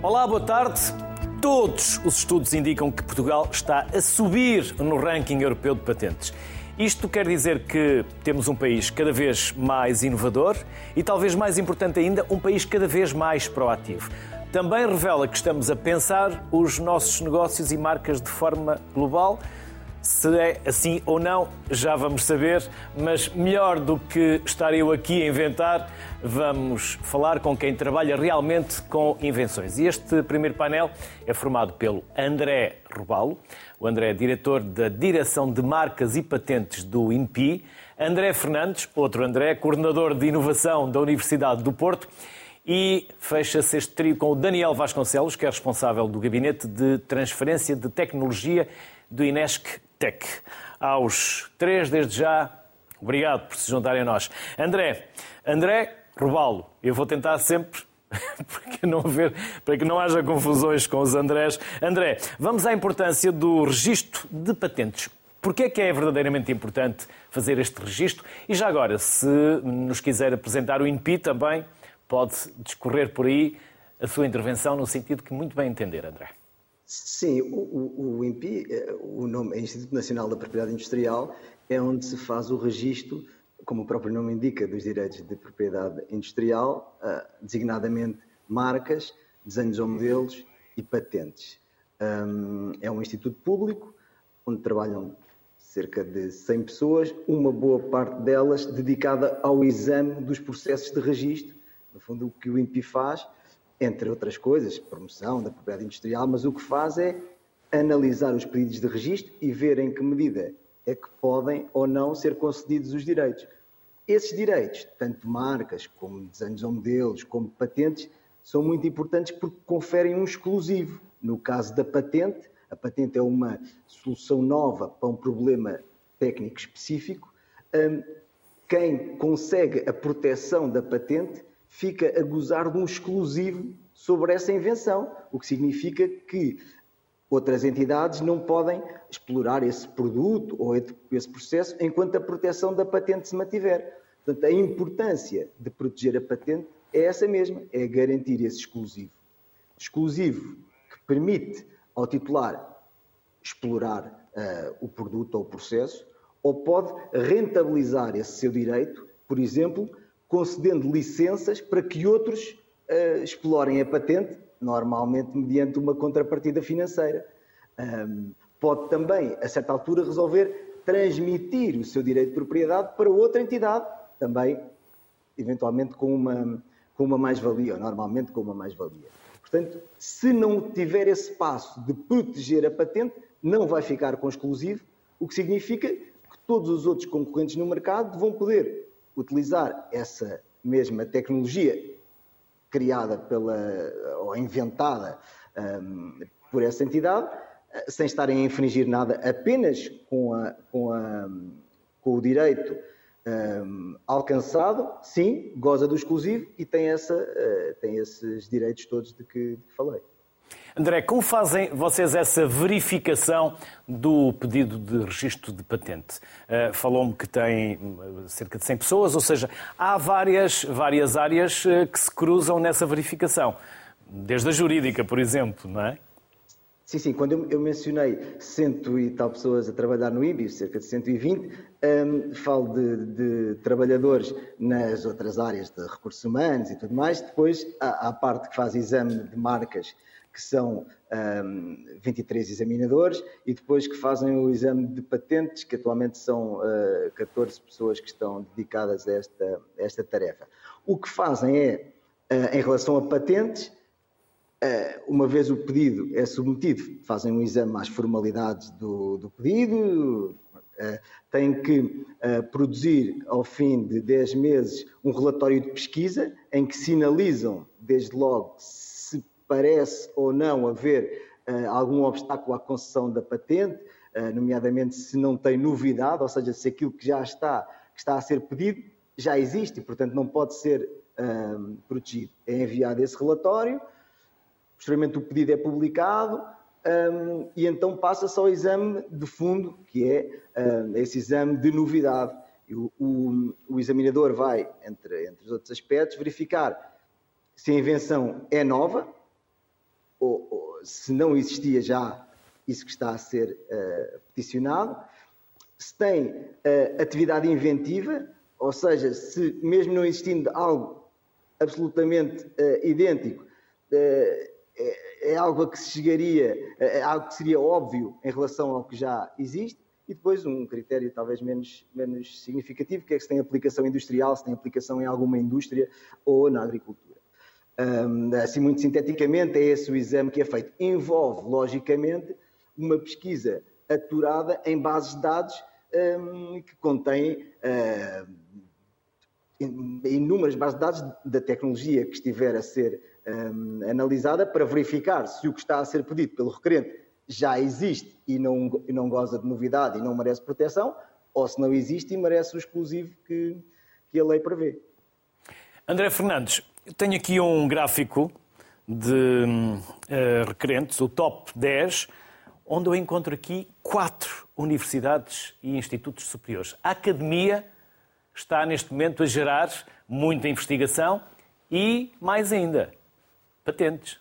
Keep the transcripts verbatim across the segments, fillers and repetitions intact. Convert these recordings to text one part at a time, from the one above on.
Olá, boa tarde. Todos os estudos indicam que Portugal está a subir no ranking europeu de patentes. Isto quer dizer que temos um país cada vez mais inovador e, talvez mais importante ainda, um país cada vez mais proativo. Também revela que estamos a pensar os nossos negócios e marcas de forma global. Se é assim ou não, já vamos saber, mas melhor do que estar eu aqui a inventar, vamos falar com quem trabalha realmente com invenções. E este primeiro painel é formado pelo André Robalo. O André é diretor da Direção de Marcas e Patentes do I N P I. André Fernandes, outro André, coordenador de Inovação da Universidade do Porto. E fecha-se este trio com o Daniel Vasconcelos, que é responsável do Gabinete de Transferência de Tecnologia do Inesc Tech. Aos três, desde já, obrigado por se juntarem a nós. André, André Robalo, eu vou tentar sempre, para que não haver, para que não haja confusões com os Andrés. André, vamos à importância do registro de patentes. Porquê é que é verdadeiramente importante fazer este registro? E já agora, se nos quiser apresentar o I N P I também, pode discorrer por aí a sua intervenção no sentido que muito bem entender, André. Sim, o, o, o I N P I, o nome é Instituto Nacional da Propriedade Industrial, é onde se faz o registro, como o próprio nome indica, dos direitos de propriedade industrial, designadamente marcas, desenhos ou modelos e patentes. É um instituto público, onde trabalham cerca de cem pessoas, uma boa parte delas dedicada ao exame dos processos de registro. No fundo, o que o I N P I faz, entre outras coisas, promoção da propriedade industrial, mas o que faz é analisar os pedidos de registro e ver em que medida é que podem ou não ser concedidos os direitos. Esses direitos, tanto marcas como desenhos ou modelos, como patentes, são muito importantes porque conferem um exclusivo. No caso da patente, a patente é uma solução nova para um problema técnico específico. Quem consegue a proteção da patente fica a gozar de um exclusivo sobre essa invenção, o que significa que outras entidades não podem explorar esse produto ou esse processo enquanto a proteção da patente se mantiver. Portanto, a importância de proteger a patente é essa mesma, é garantir esse exclusivo. Exclusivo que permite ao titular explorar uh, o produto ou o processo, ou pode rentabilizar esse seu direito, por exemplo, concedendo licenças para que outros uh, explorem a patente, normalmente mediante uma contrapartida financeira. Um, pode também, a certa altura, resolver transmitir o seu direito de propriedade para outra entidade, também, eventualmente, com uma, com uma mais-valia, ou normalmente com uma mais-valia. Portanto, se não tiver esse passo de proteger a patente, não vai ficar com exclusivo, o que significa que todos os outros concorrentes no mercado vão poder utilizar essa mesma tecnologia criada pela, ou inventada um, por essa entidade, sem estarem a infringir nada, apenas com, a, com, a, com o direito um, alcançado, sim, goza do exclusivo e tem, essa, uh, tem esses direitos todos de que, de que falei. André, como fazem vocês essa verificação do pedido de registro de patente? Uh, falou-me que tem cerca de cem pessoas, ou seja, há várias, várias áreas que se cruzam nessa verificação. Desde a jurídica, por exemplo, não é? Sim, sim. Quando eu, eu mencionei cento e tal pessoas a trabalhar no I B I, cerca de cento e vinte, um, falo de, de trabalhadores nas outras áreas de recursos humanos e tudo mais. Depois há a parte que faz exame de marcas, que são um, vinte e três examinadores, e depois que fazem o exame de patentes, que atualmente são uh, catorze pessoas que estão dedicadas a esta, a esta tarefa. O que fazem é, uh, em relação a patentes, uh, uma vez o pedido é submetido, fazem um exame às formalidades do, do pedido, uh, têm que uh, produzir, ao fim de dez meses, um relatório de pesquisa, em que sinalizam, desde logo, parece ou não haver uh, algum obstáculo à concessão da patente, uh, nomeadamente se não tem novidade, ou seja, se aquilo que já está, que está a ser pedido já existe e, portanto, não pode ser uh, protegido. É enviado esse relatório, posteriormente o pedido é publicado um, e então passa-se ao exame de fundo, que é uh, esse exame de novidade. E o, o, o examinador vai, entre, entre os outros aspectos, verificar se a invenção é nova, ou, ou se não existia já isso que está a ser uh, peticionado, se tem uh, atividade inventiva, ou seja, se mesmo não existindo algo absolutamente uh, idêntico, uh, é, é algo a que se chegaria, é algo que seria óbvio em relação ao que já existe, e depois um critério talvez menos, menos significativo, que é que se tem aplicação industrial, se tem aplicação em alguma indústria ou na agricultura. Um, assim, muito sinteticamente, é esse o exame que é feito. Envolve, logicamente, uma pesquisa aturada em bases de dados um, que contém uh, inúmeras bases de dados da tecnologia que estiver a ser um, analisada para verificar se o que está a ser pedido pelo requerente já existe e não, e não goza de novidade e não merece proteção, ou se não existe e merece o exclusivo que, que a lei prevê. André Fernandes, tenho aqui um gráfico de uh, requerentes, o top dez, onde eu encontro aqui quatro universidades e institutos superiores. A academia está neste momento a gerar muita investigação e, mais ainda, patentes.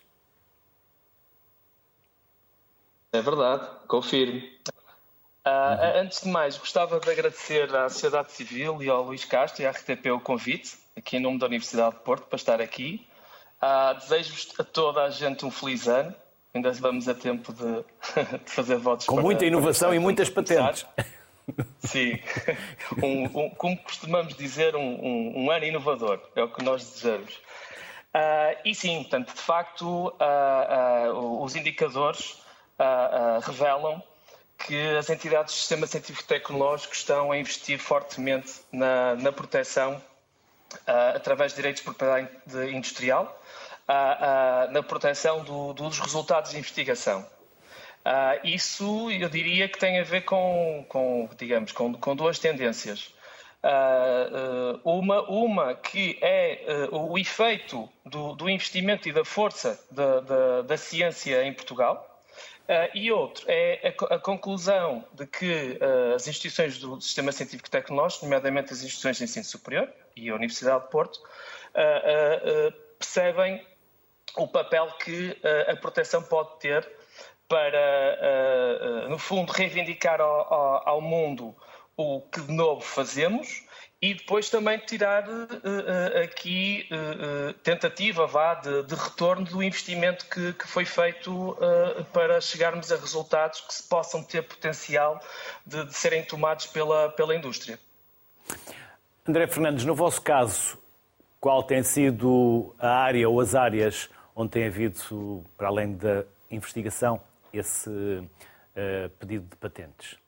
É verdade, confirmo. Uh, antes de mais, gostava de agradecer à sociedade civil e ao Luís Castro e à R T P o convite, aqui em nome da Universidade de Porto, para estar aqui. Uh, Desejo-vos a toda a gente um feliz ano. Ainda vamos a tempo de, de fazer votos. Com para, muita inovação e muitas patentes. Sim, um, um, como costumamos dizer, um, um, um ano inovador, é o que nós desejamos. Uh, e sim, portanto, de facto, uh, uh, os indicadores uh, uh, revelam que as entidades do sistema científico-tecnológico estão a investir fortemente na, na proteção uh, através de direitos de propriedade industrial, uh, uh, na proteção do, dos resultados de investigação. Uh, isso, eu diria que tem a ver com, com digamos, com, com duas tendências. Uh, uh, uma, uma que é uh, o efeito do, do investimento e da força da, da, da ciência em Portugal, uh, e outro é a, a conclusão de que uh, as instituições do sistema científico-tecnológico, nomeadamente as instituições de ensino superior e a Universidade de Porto, uh, uh, uh, percebem o papel que uh, a proteção pode ter para, uh, uh, no fundo, reivindicar ao, ao, ao mundo o que de novo fazemos e depois também tirar uh, uh, aqui uh, uh, tentativa vá, de, de retorno do investimento que, que foi feito uh, para chegarmos a resultados que se possam ter potencial de, de serem tomados pela, pela indústria. André Fernandes, no vosso caso, qual tem sido a área ou as áreas onde tem havido, para além da investigação, esse uh, pedido de patentes?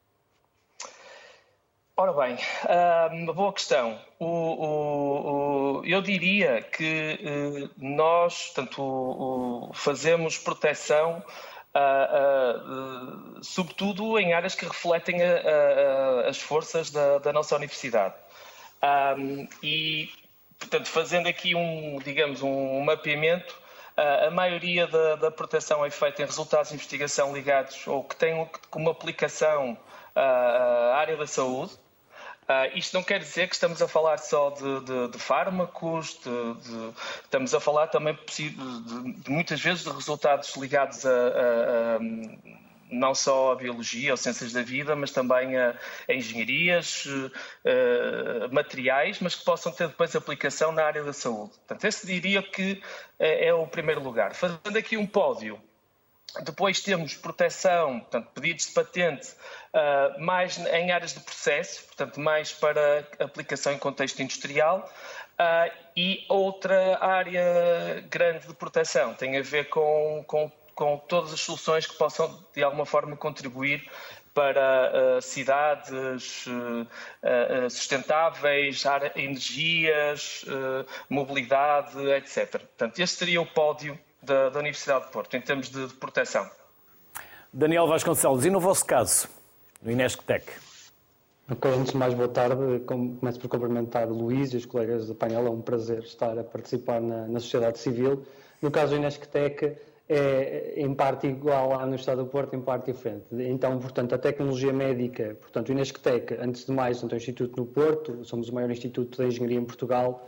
Ora bem, uma boa questão. O, o, o, eu diria que uh, nós, tanto o, o, fazemos proteção, uh, uh, sobretudo em áreas que refletem a, a, as forças da, da nossa universidade. Um, e, portanto, fazendo aqui um, digamos, um mapeamento, a maioria da, da proteção é feita em resultados de investigação ligados ou que têm como aplicação a área da saúde. Uh, isto não quer dizer que estamos a falar só de, de, de fármacos, de, de, estamos a falar também de, de, de muitas vezes de resultados ligados a, a, a não só a biologia ou ciências da vida, mas também a, a engenharias, uh, materiais, mas que possam ter depois aplicação na área da saúde. Portanto, esse diria que uh, é o primeiro lugar. Fazendo aqui um pódio, depois temos proteção, portanto, pedidos de patente, uh, mais em áreas de processo, portanto, mais para aplicação em contexto industrial, uh, e outra área grande de proteção tem a ver com, com com todas as soluções que possam, de alguma forma, contribuir para uh, cidades uh, uh, sustentáveis, energias, uh, mobilidade, etcétera. Portanto, este seria o pódio da, da Universidade de Porto, em termos de, de proteção. Daniel Vasconcelos, e no vosso caso, no INESC-Tec? Ok, antes de mais, boa tarde. Começo por cumprimentar o Luís e os colegas do painel. É um prazer estar a participar na, na sociedade civil. No caso do INESC-Tec, é em parte igual à Universidade do Porto, em parte diferente. Então, portanto, a tecnologia médica, portanto, o INESC-Tec, antes de mais, é um instituto no Porto, somos o maior instituto de engenharia em Portugal,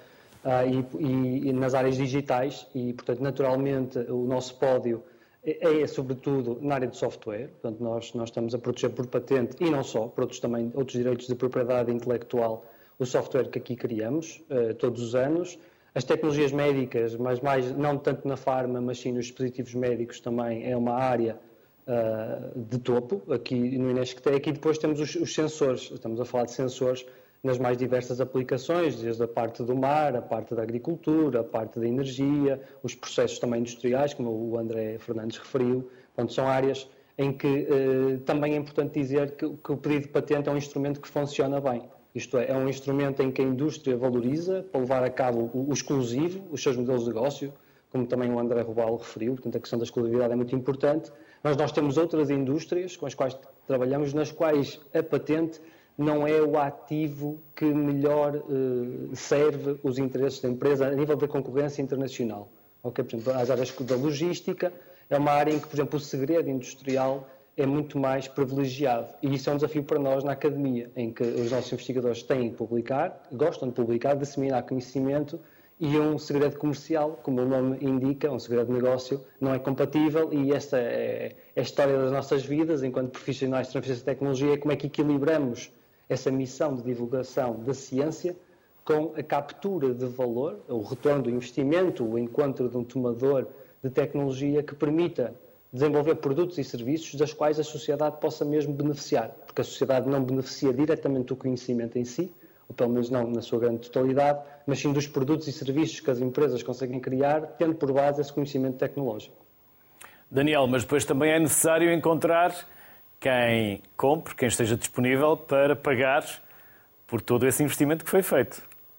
uh, e, e nas áreas digitais e, portanto, naturalmente, o nosso pódio é, é sobretudo na área de software. Portanto, nós, nós estamos a proteger por patente e não só, por outros, também, outros direitos de propriedade intelectual, o software que aqui criamos uh, todos os anos. As tecnologias médicas, mas mais, não tanto na farma, mas sim nos dispositivos médicos também, é uma área uh, de topo, aqui no Inesctec. E depois temos os, os sensores, estamos a falar de sensores nas mais diversas aplicações, desde a parte do mar, a parte da agricultura, a parte da energia, os processos também industriais, como o André Fernandes referiu. Portanto, são áreas em que uh, também é importante dizer que, que o pedido de patente é um instrumento que funciona bem. Isto é, é um instrumento em que a indústria valoriza para levar a cabo o, o exclusivo, os seus modelos de negócio, como também o André Robalo referiu. Portanto, a questão da exclusividade é muito importante. Mas nós temos outras indústrias com as quais trabalhamos, nas quais a patente não é o ativo que melhor uh, serve os interesses da empresa a nível da concorrência internacional. Okay? Por exemplo, as áreas da logística é uma área em que, por exemplo, o segredo industrial é muito mais privilegiado. E isso é um desafio para nós na academia, em que os nossos investigadores têm que publicar, gostam de publicar, disseminar conhecimento, e um segredo comercial, como o nome indica, um segredo de negócio, não é compatível, e esta é a história das nossas vidas, enquanto profissionais de transferência de tecnologia, é como é que equilibramos essa missão de divulgação da ciência com a captura de valor, o retorno do investimento, o encontro de um tomador de tecnologia que permita desenvolver produtos e serviços das quais a sociedade possa mesmo beneficiar, porque a sociedade não beneficia diretamente do conhecimento em si, ou pelo menos não na sua grande totalidade, mas sim dos produtos e serviços que as empresas conseguem criar, tendo por base esse conhecimento tecnológico. Daniel, mas depois também é necessário encontrar quem compre, quem esteja disponível para pagar por todo esse investimento que foi feito.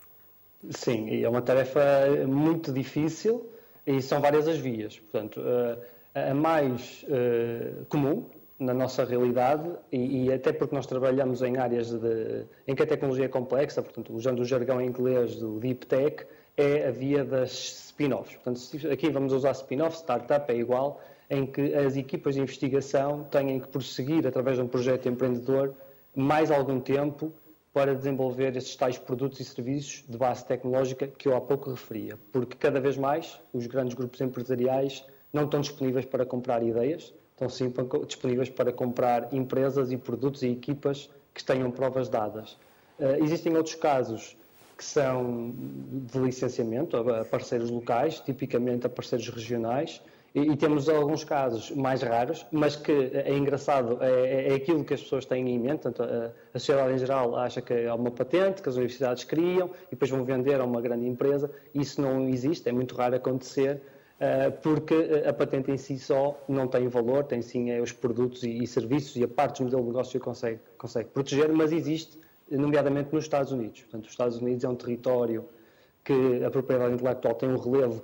Sim, e é uma tarefa muito difícil e são várias as vias. Portanto, a mais uh, comum na nossa realidade, e, e até porque nós trabalhamos em áreas de, em que a tecnologia é complexa, portanto, usando o jargão em inglês do Deep Tech, é a via das spin-offs. Portanto, aqui vamos usar spin-off, startup é igual, em que as equipas de investigação têm que prosseguir, através de um projeto empreendedor, mais algum tempo para desenvolver esses tais produtos e serviços de base tecnológica que eu há pouco referia. Porque cada vez mais os grandes grupos empresariais não estão disponíveis para comprar ideias, estão sim disponíveis para comprar empresas e produtos e equipas que tenham provas dadas. Uh, existem outros casos que são de licenciamento a parceiros locais, tipicamente a parceiros regionais, e, e temos alguns casos mais raros, mas que é engraçado, é, é aquilo que as pessoas têm em mente. Portanto, a, a sociedade em geral acha que é uma patente que as universidades criam e depois vão vender a uma grande empresa. Isso não existe, é muito raro acontecer, porque a patente em si só não tem valor, tem sim é, os produtos e, e serviços e a parte do modelo de negócio que consegue, consegue proteger, mas existe, nomeadamente nos Estados Unidos. Portanto, os Estados Unidos é um território que a propriedade intelectual tem um relevo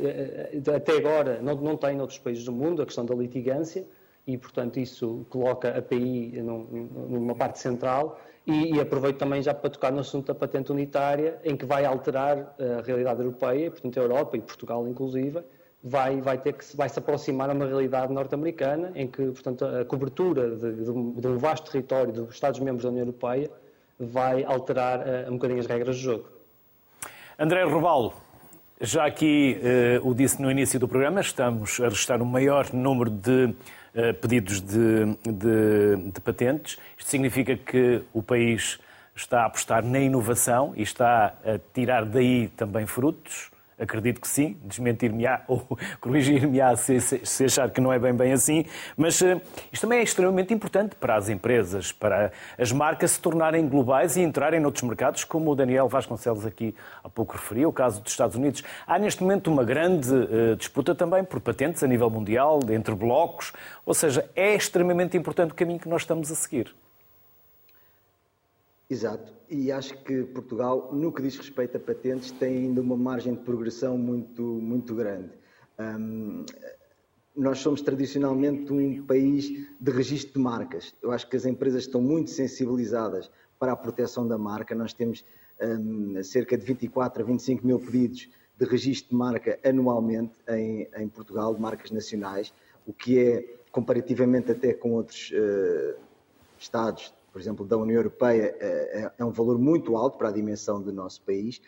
que até agora não, não tem noutros países do mundo, a questão da litigância, e portanto isso coloca a P I num, numa parte central. E, e aproveito também já para tocar no assunto da patente unitária, em que vai alterar a realidade europeia, portanto a Europa e Portugal inclusive, vai, vai ter que vai se aproximar a uma realidade norte-americana, em que, portanto, a cobertura de, de, um, de um vasto território dos Estados-membros da União Europeia vai alterar uh, um bocadinho as regras do jogo. André Robalo, já aqui uh, o disse no início do programa, estamos a registrar um maior número de uh, pedidos de, de, de patentes. Isto significa que o país está a apostar na inovação e está a tirar daí também frutos. Acredito que sim, desmentir-me-á ou corrigir-me-á se, se achar que não é bem bem assim, mas uh, isto também é extremamente importante para as empresas, para as marcas se tornarem globais e entrarem noutros mercados, como o Daniel Vasconcelos aqui há pouco referiu, o caso dos Estados Unidos. Há neste momento uma grande uh, disputa também por patentes a nível mundial, entre blocos, ou seja, é extremamente importante o caminho que nós estamos a seguir. Exato, e acho que Portugal, no que diz respeito a patentes, tem ainda uma margem de progressão muito, muito grande. Um, nós somos tradicionalmente um país de registro de marcas. Eu acho que as empresas estão muito sensibilizadas para a proteção da marca. Nós temos um, cerca de vinte e quatro a vinte e cinco mil pedidos de registro de marca anualmente em, em Portugal, de marcas nacionais, o que é, comparativamente até com outros uh, Estados, por exemplo, da União Europeia, é um valor muito alto para a dimensão do nosso país.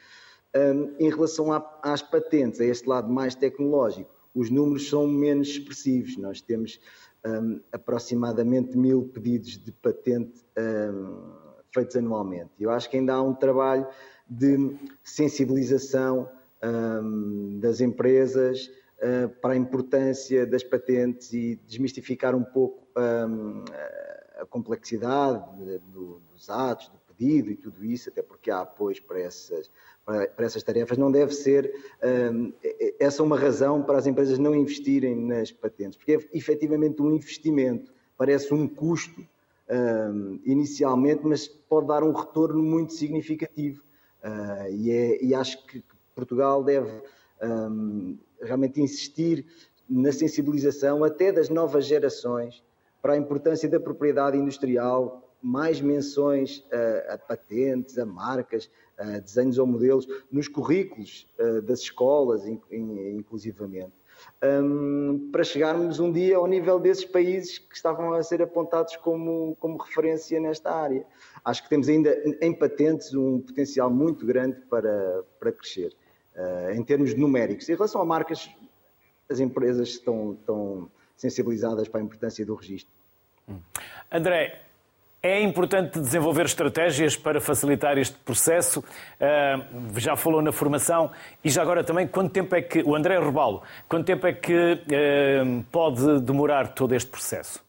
Um, em relação a, às patentes, a este lado mais tecnológico, os números são menos expressivos. Nós temos um, aproximadamente mil pedidos de patente um, feitos anualmente. Eu acho que ainda há um trabalho de sensibilização um, das empresas uh, para a importância das patentes e desmistificar um pouco um, a complexidade de, do, dos atos, do pedido e tudo isso, até porque há apoios para essas, para, para essas tarefas. Não deve ser um, essa uma razão para as empresas não investirem nas patentes, porque é efetivamente um investimento, parece um custo um, inicialmente, mas pode dar um retorno muito significativo. Uh, e, é, e acho que Portugal deve um, realmente insistir na sensibilização até das novas gerações para a importância da propriedade industrial, mais menções uh, a patentes, a marcas, a desenhos ou modelos nos currículos uh, das escolas, in, in, inclusivamente, um, para chegarmos um dia ao nível desses países que estavam a ser apontados como, como referência nesta área. Acho que temos ainda em patentes um potencial muito grande para, para crescer, uh, em termos numéricos. Em relação a marcas, as empresas estão, estão sensibilizadas para a importância do registro. André, é importante desenvolver estratégias para facilitar este processo. Uh, já falou na formação e já agora também, quanto tempo é que, o André Robalo, quanto tempo é que uh, pode demorar todo este processo?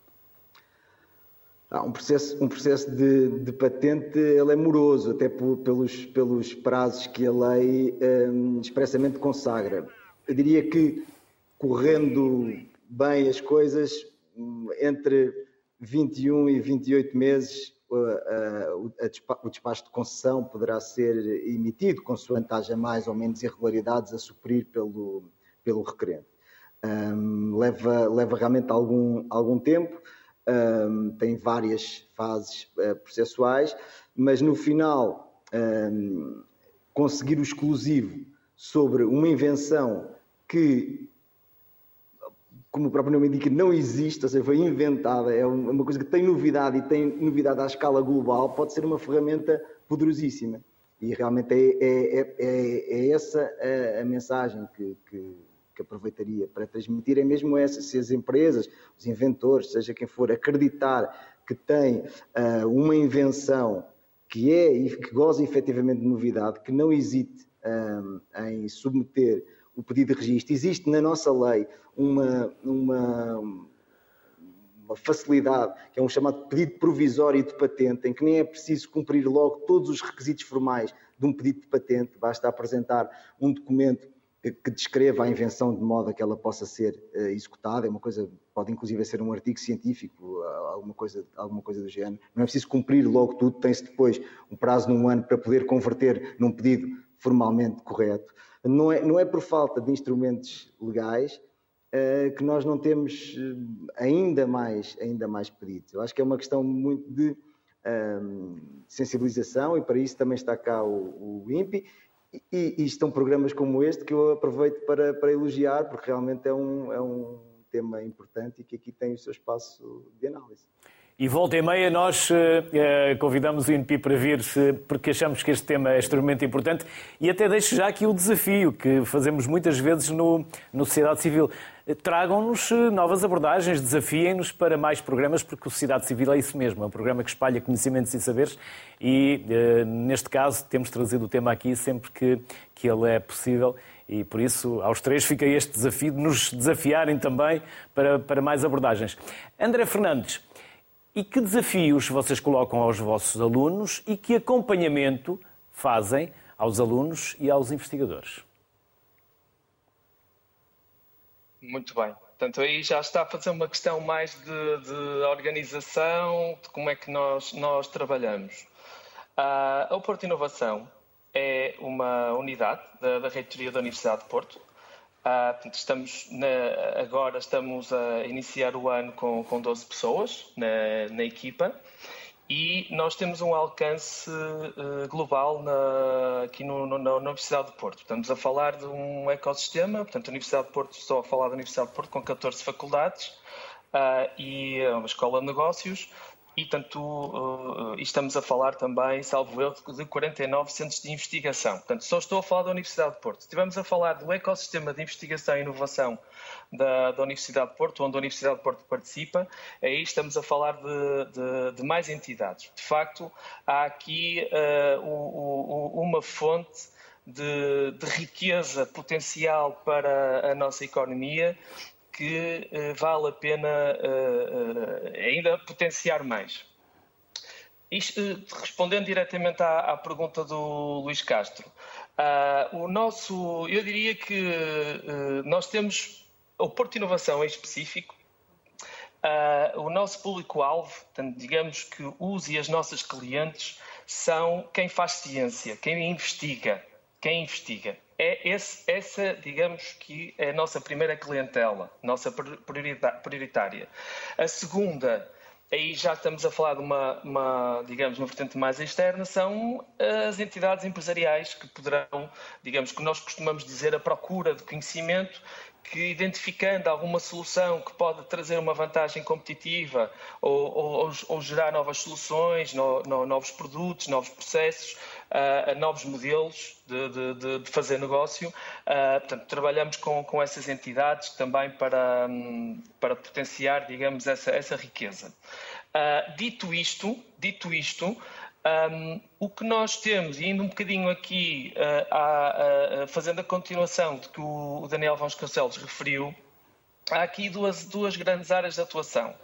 Ah, um processo, um processo de, de patente ele é moroso, até por, pelos, pelos prazos que a lei um, expressamente consagra. Eu diria que, correndo bem as coisas, entre vinte e um e vinte e oito meses o despacho de concessão poderá ser emitido, consoante haja mais ou menos irregularidades a suprir pelo, pelo requerente. Um, leva, leva realmente algum, algum tempo, um, tem várias fases uh, processuais, mas no final um, conseguir o exclusivo sobre uma invenção que, como o próprio nome indica, não existe, ou seja, foi inventada, é uma coisa que tem novidade e tem novidade à escala global, pode ser uma ferramenta poderosíssima. E realmente é, é, é, é essa a, a mensagem que, que, que aproveitaria para transmitir, é mesmo essa: se as empresas, os inventores, seja quem for, acreditar que tem uh, uma invenção que é e que goza efetivamente de novidade, que não hesite um, em submeter o pedido de registro. Existe na nossa lei uma, uma, uma facilidade, que é um chamado pedido provisório de patente, em que nem é preciso cumprir logo todos os requisitos formais de um pedido de patente, basta apresentar um documento que, que descreva a invenção de modo a que ela possa ser uh, executada. É uma coisa, pode inclusive ser um artigo científico, alguma coisa, alguma coisa do género. Não é preciso cumprir logo tudo, tem-se depois um prazo de um ano para poder converter num pedido formalmente correto. Não é, não é por falta de instrumentos legais uh, que nós não temos uh, ainda, mais, ainda mais pedidos. Eu acho que é uma questão muito de um, sensibilização, e para isso também está cá o, o INPI, e, e estão programas como este que eu aproveito para, para elogiar, porque realmente é um, é um tema importante e que aqui tem o seu espaço de análise. E volta e meia nós uh, convidamos o INPI para vir, porque achamos que este tema é extremamente importante, e até deixo já aqui o desafio que fazemos muitas vezes no, no Sociedade Civil. Tragam-nos novas abordagens, desafiem-nos para mais programas, porque o Sociedade Civil é isso mesmo, é um programa que espalha conhecimentos e saberes, e uh, neste caso temos trazido o tema aqui sempre que, que ele é possível. E por isso, aos três, fica este desafio de nos desafiarem também para, para mais abordagens. André Fernandes, e que desafios vocês colocam aos vossos alunos e que acompanhamento fazem aos alunos e aos investigadores? Muito bem. Portanto, aí já está a fazer uma questão mais de, de organização, de como é que nós, nós trabalhamos. Uh, a Porto Inovação é uma unidade da, da Reitoria da Universidade de Porto. Uh, portanto, estamos na, agora estamos a iniciar o ano com, com doze pessoas na, na equipa, e nós temos um alcance uh, global na, aqui no, no, na Universidade de Porto. Estamos a falar de um ecossistema, portanto a Universidade de Porto, estou a falar da Universidade de Porto com catorze faculdades uh, e uma escola de negócios, e, tanto, uh, estamos a falar também, salvo erro, de quarenta e nove centros de investigação. Portanto, só estou a falar da Universidade de Porto. Se estivermos a falar do ecossistema de investigação e inovação da, da Universidade de Porto, onde a Universidade de Porto participa, aí estamos a falar de, de, de mais entidades. De facto, há aqui uh, o, o, uma fonte de, de riqueza potencial para a nossa economia, que uh, vale a pena uh, uh, ainda potenciar mais. Isto, uh, respondendo diretamente à, à pergunta do Luís Castro, uh, o nosso, eu diria que uh, nós temos o Porto Inovação em específico, uh, o nosso público-alvo, digamos que os e as nossas clientes são quem faz ciência, quem investiga, quem investiga. É esse, essa, digamos que é a nossa primeira clientela, nossa prioritária. A segunda, aí já estamos a falar de uma, uma, digamos, uma vertente mais externa, são as entidades empresariais que poderão, digamos, que nós costumamos dizer, a procura de conhecimento, que identificando alguma solução que pode trazer uma vantagem competitiva ou, ou, ou gerar novas soluções, no, no, novos produtos, novos processos, uh, novos modelos de, de, de fazer negócio. Uh, portanto, trabalhamos com, com essas entidades também para, um, para potenciar, digamos, essa, essa riqueza. Uh, dito isto, dito isto, Um, o que nós temos, e indo um bocadinho aqui, uh, a, a, fazendo a continuação de que o, o Daniel Vasconcelos referiu, há aqui duas, duas grandes áreas de atuação.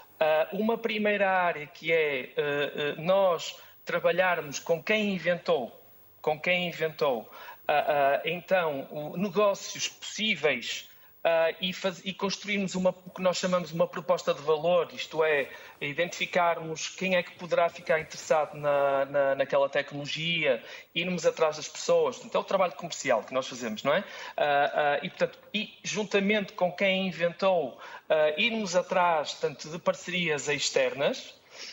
Uh, uma primeira área que é uh, uh, nós trabalharmos com quem inventou, com quem inventou, uh, uh, então, o, negócios possíveis Uh, e, faz, e construirmos uma, o que nós chamamos uma proposta de valor, isto é, identificarmos quem é que poderá ficar interessado na, na, naquela tecnologia, irmos atrás das pessoas. Portanto, é o trabalho comercial que nós fazemos, não é? Uh, uh, e, portanto, e, juntamente com quem inventou, uh, irmos atrás, tanto de parcerias externas,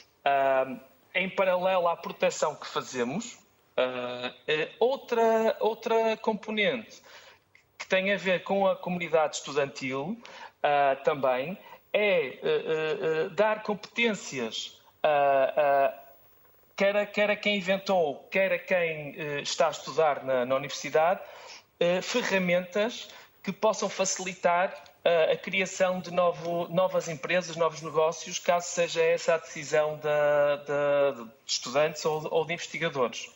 uh, em paralelo à proteção que fazemos. Uh, uh, outra, outra componente que tem a ver com a comunidade estudantil uh, também, é uh, uh, dar competências, uh, uh, quer, a, quer a quem inventou, quer a quem uh, está a estudar na, na universidade, uh, ferramentas que possam facilitar uh, a criação de novo, novas empresas, novos negócios, caso seja essa a decisão de, de, de estudantes ou, ou de investigadores.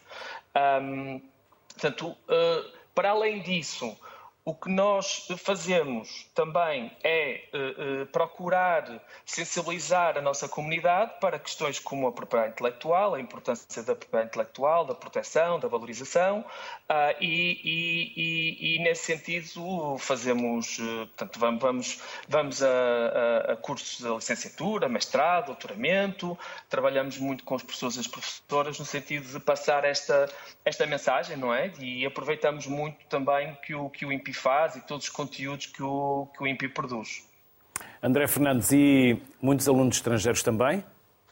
Um, portanto, uh, para além disso, o que nós fazemos também é uh, uh, procurar sensibilizar a nossa comunidade para questões como a propriedade intelectual, a importância da propriedade intelectual, da proteção, da valorização, uh, e, e, e, e nesse sentido fazemos, uh, portanto, vamos, vamos, vamos a, a, a cursos de licenciatura, mestrado, doutoramento, trabalhamos muito com os professores e as professoras no sentido de passar esta, esta mensagem, não é? E aproveitamos muito também que o, que o I N P I faz e todos os conteúdos que o, que o I N P I produz. André Fernandes, e muitos alunos estrangeiros também?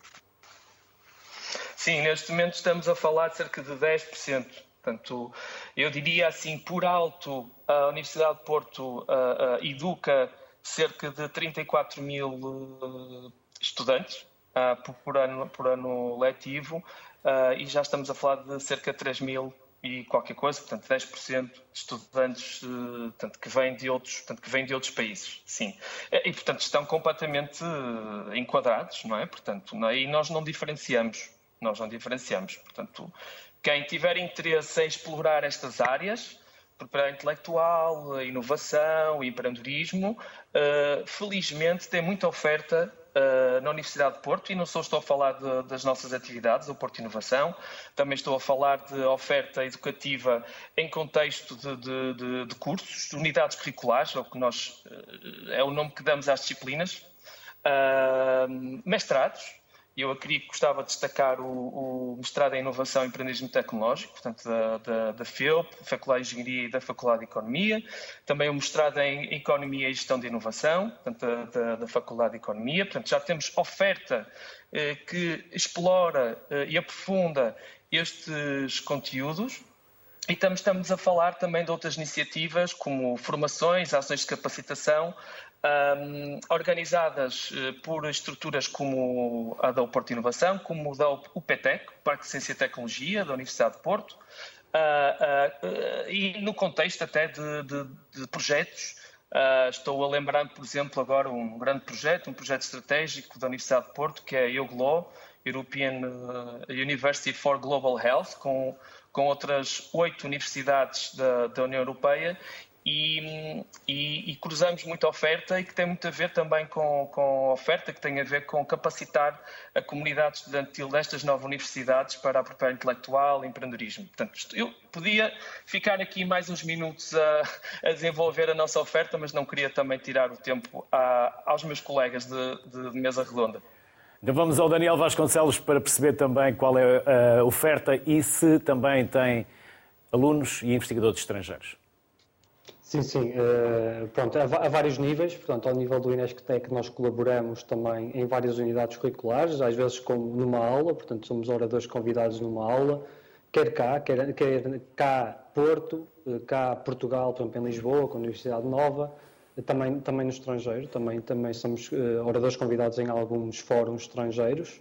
Sim, neste momento estamos a falar de cerca de dez por cento. Portanto, eu diria assim, por alto, a Universidade de Porto uh, uh, educa cerca de trinta e quatro mil uh, estudantes uh, por, por, ano, por ano letivo uh, e já estamos a falar de cerca de três mil e qualquer coisa, portanto dez por cento de estudantes uh, portanto, que, vêm de outros, portanto, que vêm de outros países, sim. E, portanto, estão completamente uh, enquadrados, não é? Portanto, não, e nós não diferenciamos, nós não diferenciamos. Portanto, quem tiver interesse em explorar estas áreas, propriedade intelectual, inovação, empreendedorismo, uh, felizmente tem muita oferta uh, na Universidade de Porto, e não só estou a falar de, das nossas atividades, do Porto Inovação, também estou a falar de oferta educativa em contexto de, de, de, de cursos, de unidades curriculares, é o, que nós, uh, é o nome que damos às disciplinas, uh, mestrados. Eu aqui gostava de destacar o, o mestrado em Inovação e Empreendedorismo Tecnológico, portanto, da, da, da F E U P, da Faculdade de Engenharia e da Faculdade de Economia. Também o mestrado em Economia e Gestão de Inovação, portanto, da, da, da Faculdade de Economia. Portanto, já temos oferta eh, que explora eh, e aprofunda estes conteúdos. E estamos, estamos a falar também de outras iniciativas, como formações, ações de capacitação, um, organizadas por estruturas como a da Porto Inovação, como da U P T E C, Parque de Ciência e Tecnologia, da Universidade de Porto, uh, uh, uh, e no contexto até de, de, de projetos. Uh, estou a lembrar, por exemplo, agora um grande projeto, um projeto estratégico da Universidade de Porto, que é a EUGLO, European University for Global Health, com, com outras oito universidades da, da União Europeia, e, e, e cruzamos muita oferta e que tem muito a ver também com, com a oferta, que tem a ver com capacitar a comunidade estudantil destas novas universidades para a propriedade intelectual e empreendedorismo. Portanto, eu podia ficar aqui mais uns minutos a, a desenvolver a nossa oferta, mas não queria também tirar o tempo a, aos meus colegas de, de, de mesa redonda. Então vamos ao Daniel Vasconcelos para perceber também qual é a oferta e se também tem alunos e investigadores estrangeiros. Sim, sim. Uh, pronto, há, há vários níveis. Portanto, ao nível do INESCTEC nós colaboramos também em várias unidades curriculares, às vezes como numa aula, portanto somos oradores convidados numa aula, quer cá, quer, quer cá Porto, cá Portugal, por exemplo em Lisboa, com a Universidade Nova, também, também no estrangeiro, também, também somos uh, oradores convidados em alguns fóruns estrangeiros.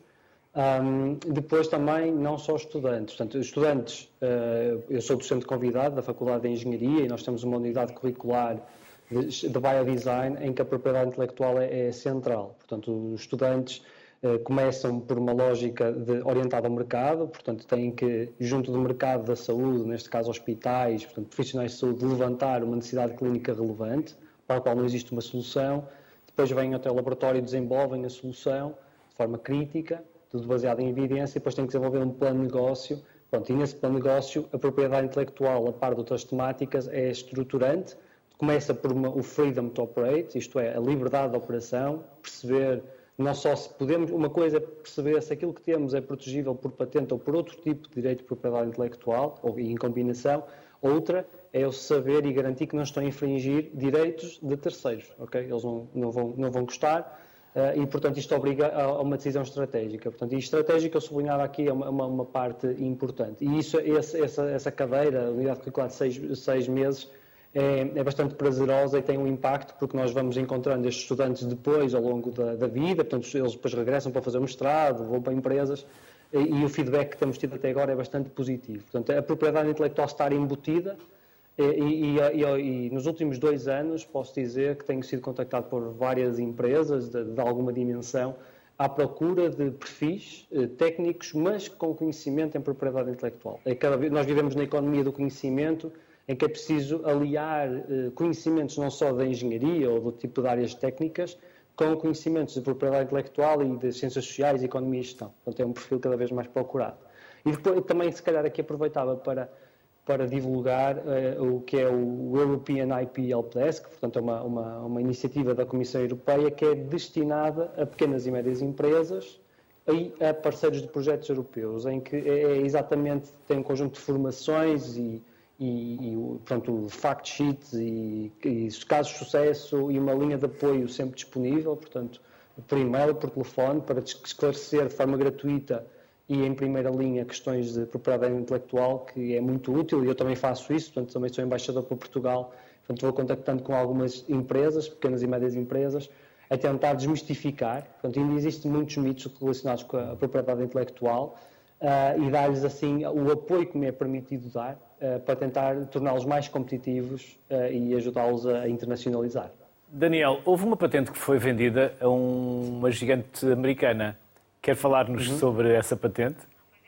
Um, depois também, não só estudantes, portanto, estudantes, uh, eu sou docente convidado da Faculdade de Engenharia e nós temos uma unidade curricular de, de Biodesign em que a propriedade intelectual é, é central. Portanto, os estudantes uh, começam por uma lógica de, orientada ao mercado, portanto, têm que, junto do mercado da saúde, neste caso hospitais, portanto, profissionais de saúde, levantar uma necessidade clínica relevante, para a qual não existe uma solução, depois vêm até o laboratório e desenvolvem a solução de forma crítica, tudo baseado em evidência, e depois tem que desenvolver um plano de negócio. Pronto, e nesse plano de negócio, a propriedade intelectual, a par de outras temáticas, é estruturante. Começa por uma, o freedom to operate, isto é, a liberdade de operação, perceber, não só se podemos, uma coisa é perceber se aquilo que temos é protegível por patente ou por outro tipo de direito de propriedade intelectual, ou em combinação. Outra é eu saber e garantir que não estão a infringir direitos de terceiros, ok? Eles não, não, vão, não vão gostar. Uh, e, portanto, isto obriga a, a uma decisão estratégica. Portanto, e estratégica, eu sublinhava aqui, é uma, uma, uma parte importante. E isso, esse, essa, essa cadeira, a unidade curricular de seis, seis meses, é, é bastante prazerosa e tem um impacto, porque nós vamos encontrando estes estudantes depois, ao longo da, da vida, portanto, eles depois regressam para fazer o mestrado, vão para empresas, e, e o feedback que temos tido até agora é bastante positivo. Portanto, a propriedade intelectual estar embutida. E, e, e, e nos últimos dois anos posso dizer que tenho sido contactado por várias empresas de, de alguma dimensão à procura de perfis eh, técnicos, mas com conhecimento em propriedade intelectual. É cada vez, nós vivemos na economia do conhecimento, em que é preciso aliar eh, conhecimentos não só da engenharia ou do tipo de áreas técnicas, com conhecimentos de propriedade intelectual e de ciências sociais, economia e gestão. Portanto, é um perfil cada vez mais procurado. E depois também, se calhar, aqui aproveitava para... para divulgar uh, o que é o European I P Helpdesk, portanto é uma, uma, uma iniciativa da Comissão Europeia que é destinada a pequenas e médias empresas e a parceiros de projetos europeus, em que é exatamente, tem um conjunto de formações e, e, e portanto, fact sheets e, e casos de sucesso e uma linha de apoio sempre disponível, portanto, por e-mail, por telefone, para esclarecer de forma gratuita e em primeira linha questões de propriedade intelectual, que é muito útil, e eu também faço isso, portanto também sou embaixador para Portugal, portanto vou contactando com algumas empresas, pequenas e médias empresas, a tentar desmistificar, portanto ainda existem muitos mitos relacionados com a propriedade intelectual, uh, e dar-lhes assim o apoio que me é permitido dar, uh, para tentar torná-los mais competitivos uh, e ajudá-los a internacionalizar. Daniel, houve uma patente que foi vendida a uma gigante americana. Quer falar-nos uhum. sobre essa patente?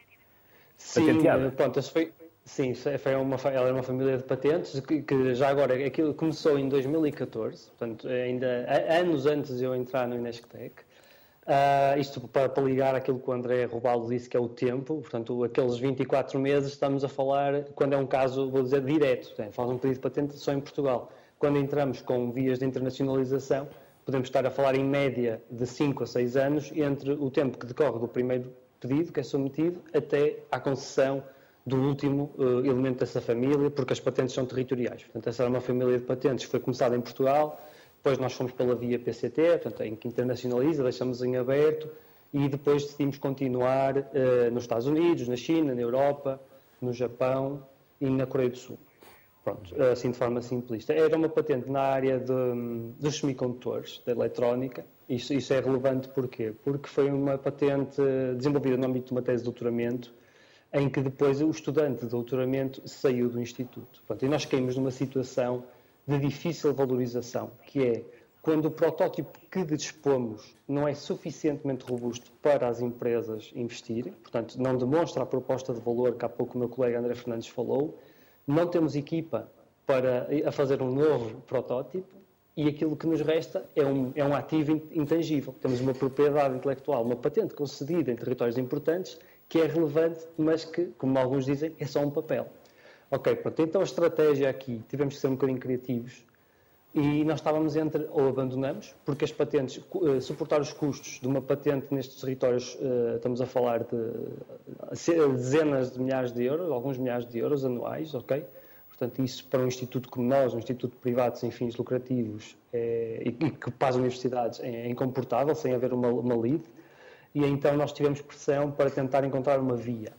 Sim, patenteada? Pronto, foi, sim, foi uma, ela é uma família de patentes que, que já agora, aquilo começou em dois mil e catorze, portanto, ainda anos antes de eu entrar no INESCTEC. Uh, isto para, para ligar aquilo que o André Robaldo disse, que é o tempo, portanto, aqueles vinte e quatro meses, estamos a falar, quando é um caso, vou dizer, direto, faz um pedido de patente só em Portugal. Quando entramos com vias de internacionalização, podemos estar a falar em média de cinco a seis anos entre o tempo que decorre do primeiro pedido que é submetido até à concessão do último uh, elemento dessa família, porque as patentes são territoriais. Portanto, essa era uma família de patentes que foi começada em Portugal, depois nós fomos pela via P C T, portanto, em que internacionaliza, deixamos em aberto, e depois decidimos continuar uh, nos Estados Unidos, na China, na Europa, no Japão e na Coreia do Sul. Pronto, assim de forma simplista. Era uma patente na área de, dos semicondutores, da eletrónica. Isso, isso é relevante porquê? Porque foi uma patente desenvolvida no âmbito de uma tese de doutoramento, em que depois o estudante de doutoramento saiu do instituto. Pronto, e nós caímos numa situação de difícil valorização, que é quando o protótipo que dispomos não é suficientemente robusto para as empresas investirem, portanto, não demonstra a proposta de valor que há pouco o meu colega André Fernandes falou, não temos equipa para a fazer um novo protótipo e aquilo que nos resta é um, é um ativo intangível. Temos uma propriedade intelectual, uma patente concedida em territórios importantes, que é relevante, mas que, como alguns dizem, é só um papel. Ok, pronto, então a estratégia aqui, tivemos que ser um bocadinho criativos e nós estávamos entre, ou abandonamos, porque as patentes, uh, suportar os custos de uma patente nestes territórios, uh, estamos a falar de uh, dezenas de milhares de euros, alguns milhares de euros anuais, ok? Portanto, isso para um instituto como nós, um instituto privado sem fins lucrativos é, e, e que para as universidades é, é incomportável, sem haver uma, uma lead. E então nós tivemos pressão para tentar encontrar uma via.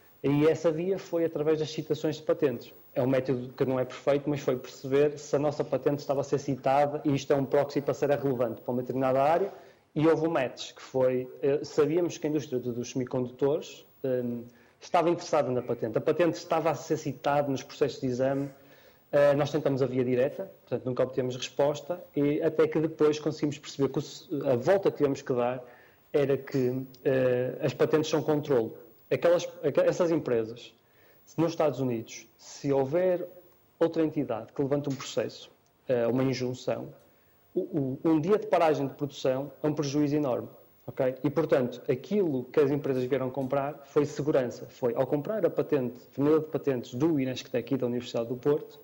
E essa via foi através das citações de patentes. É um método que não é perfeito, mas foi perceber se a nossa patente estava a ser citada e isto é um proxy para ser relevante para uma determinada área. E houve um match, que foi, sabíamos que a indústria dos semicondutores um, estava interessada na patente. A patente estava a ser citada nos processos de exame. Uh, nós tentamos a via direta, portanto nunca obtemos resposta, e até que depois conseguimos perceber que o, a volta que tivemos que dar era que uh, as patentes são controle. Aquelas, essas empresas, nos Estados Unidos, se houver outra entidade que levante um processo, uh, uma injunção, o, o, um dia de paragem de produção é um prejuízo enorme. Okay? E, portanto, aquilo que as empresas vieram comprar foi segurança. Foi, ao comprar a patente, a família de patentes do Inesctec e da Universidade do Porto,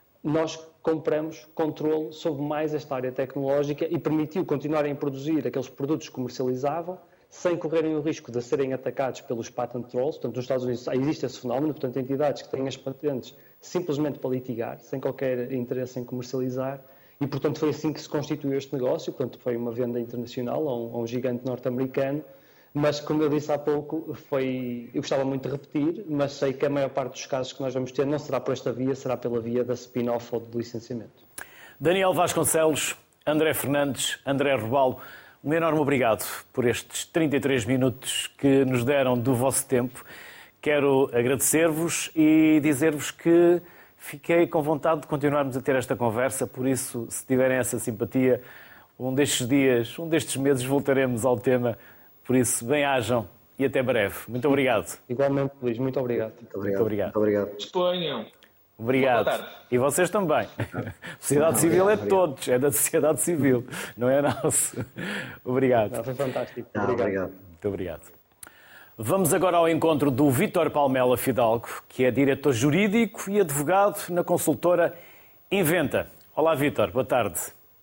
nós compramos controle sobre mais esta área tecnológica e permitiu continuarem a produzir aqueles produtos que comercializavam sem correrem o risco de serem atacados pelos patent trolls. Portanto, nos Estados Unidos existe esse fenómeno, portanto, entidades que têm as patentes simplesmente para litigar, sem qualquer interesse em comercializar, e, portanto, foi assim que se constituiu este negócio. Portanto, foi uma venda internacional a um, a um gigante norte-americano, mas, como eu disse há pouco, foi, eu gostava muito de repetir, mas sei que a maior parte dos casos que nós vamos ter não será por esta via, será pela via da spin-off ou do licenciamento. Daniel Vasconcelos, André Fernandes, André Robalo, um enorme obrigado por estes trinta e três minutos que nos deram do vosso tempo. Quero agradecer-vos e dizer-vos que fiquei com vontade de continuarmos a ter esta conversa, por isso, se tiverem essa simpatia, um destes dias, um destes meses, voltaremos ao tema. Por isso, bem-ajam e até breve. Muito obrigado. Igualmente, Luís. Muito obrigado. Muito obrigado. Muito obrigado. Muito obrigado. Disponham. Obrigado. E vocês também. A sociedade civil é de todos, é da sociedade civil, não é nosso. Obrigado. Não, foi fantástico. Ah, obrigado. obrigado. Muito obrigado. Vamos agora ao encontro do Vítor Palmela Fidalgo, que é diretor jurídico e advogado na consultora Inventa. Olá, Vítor. Boa tarde.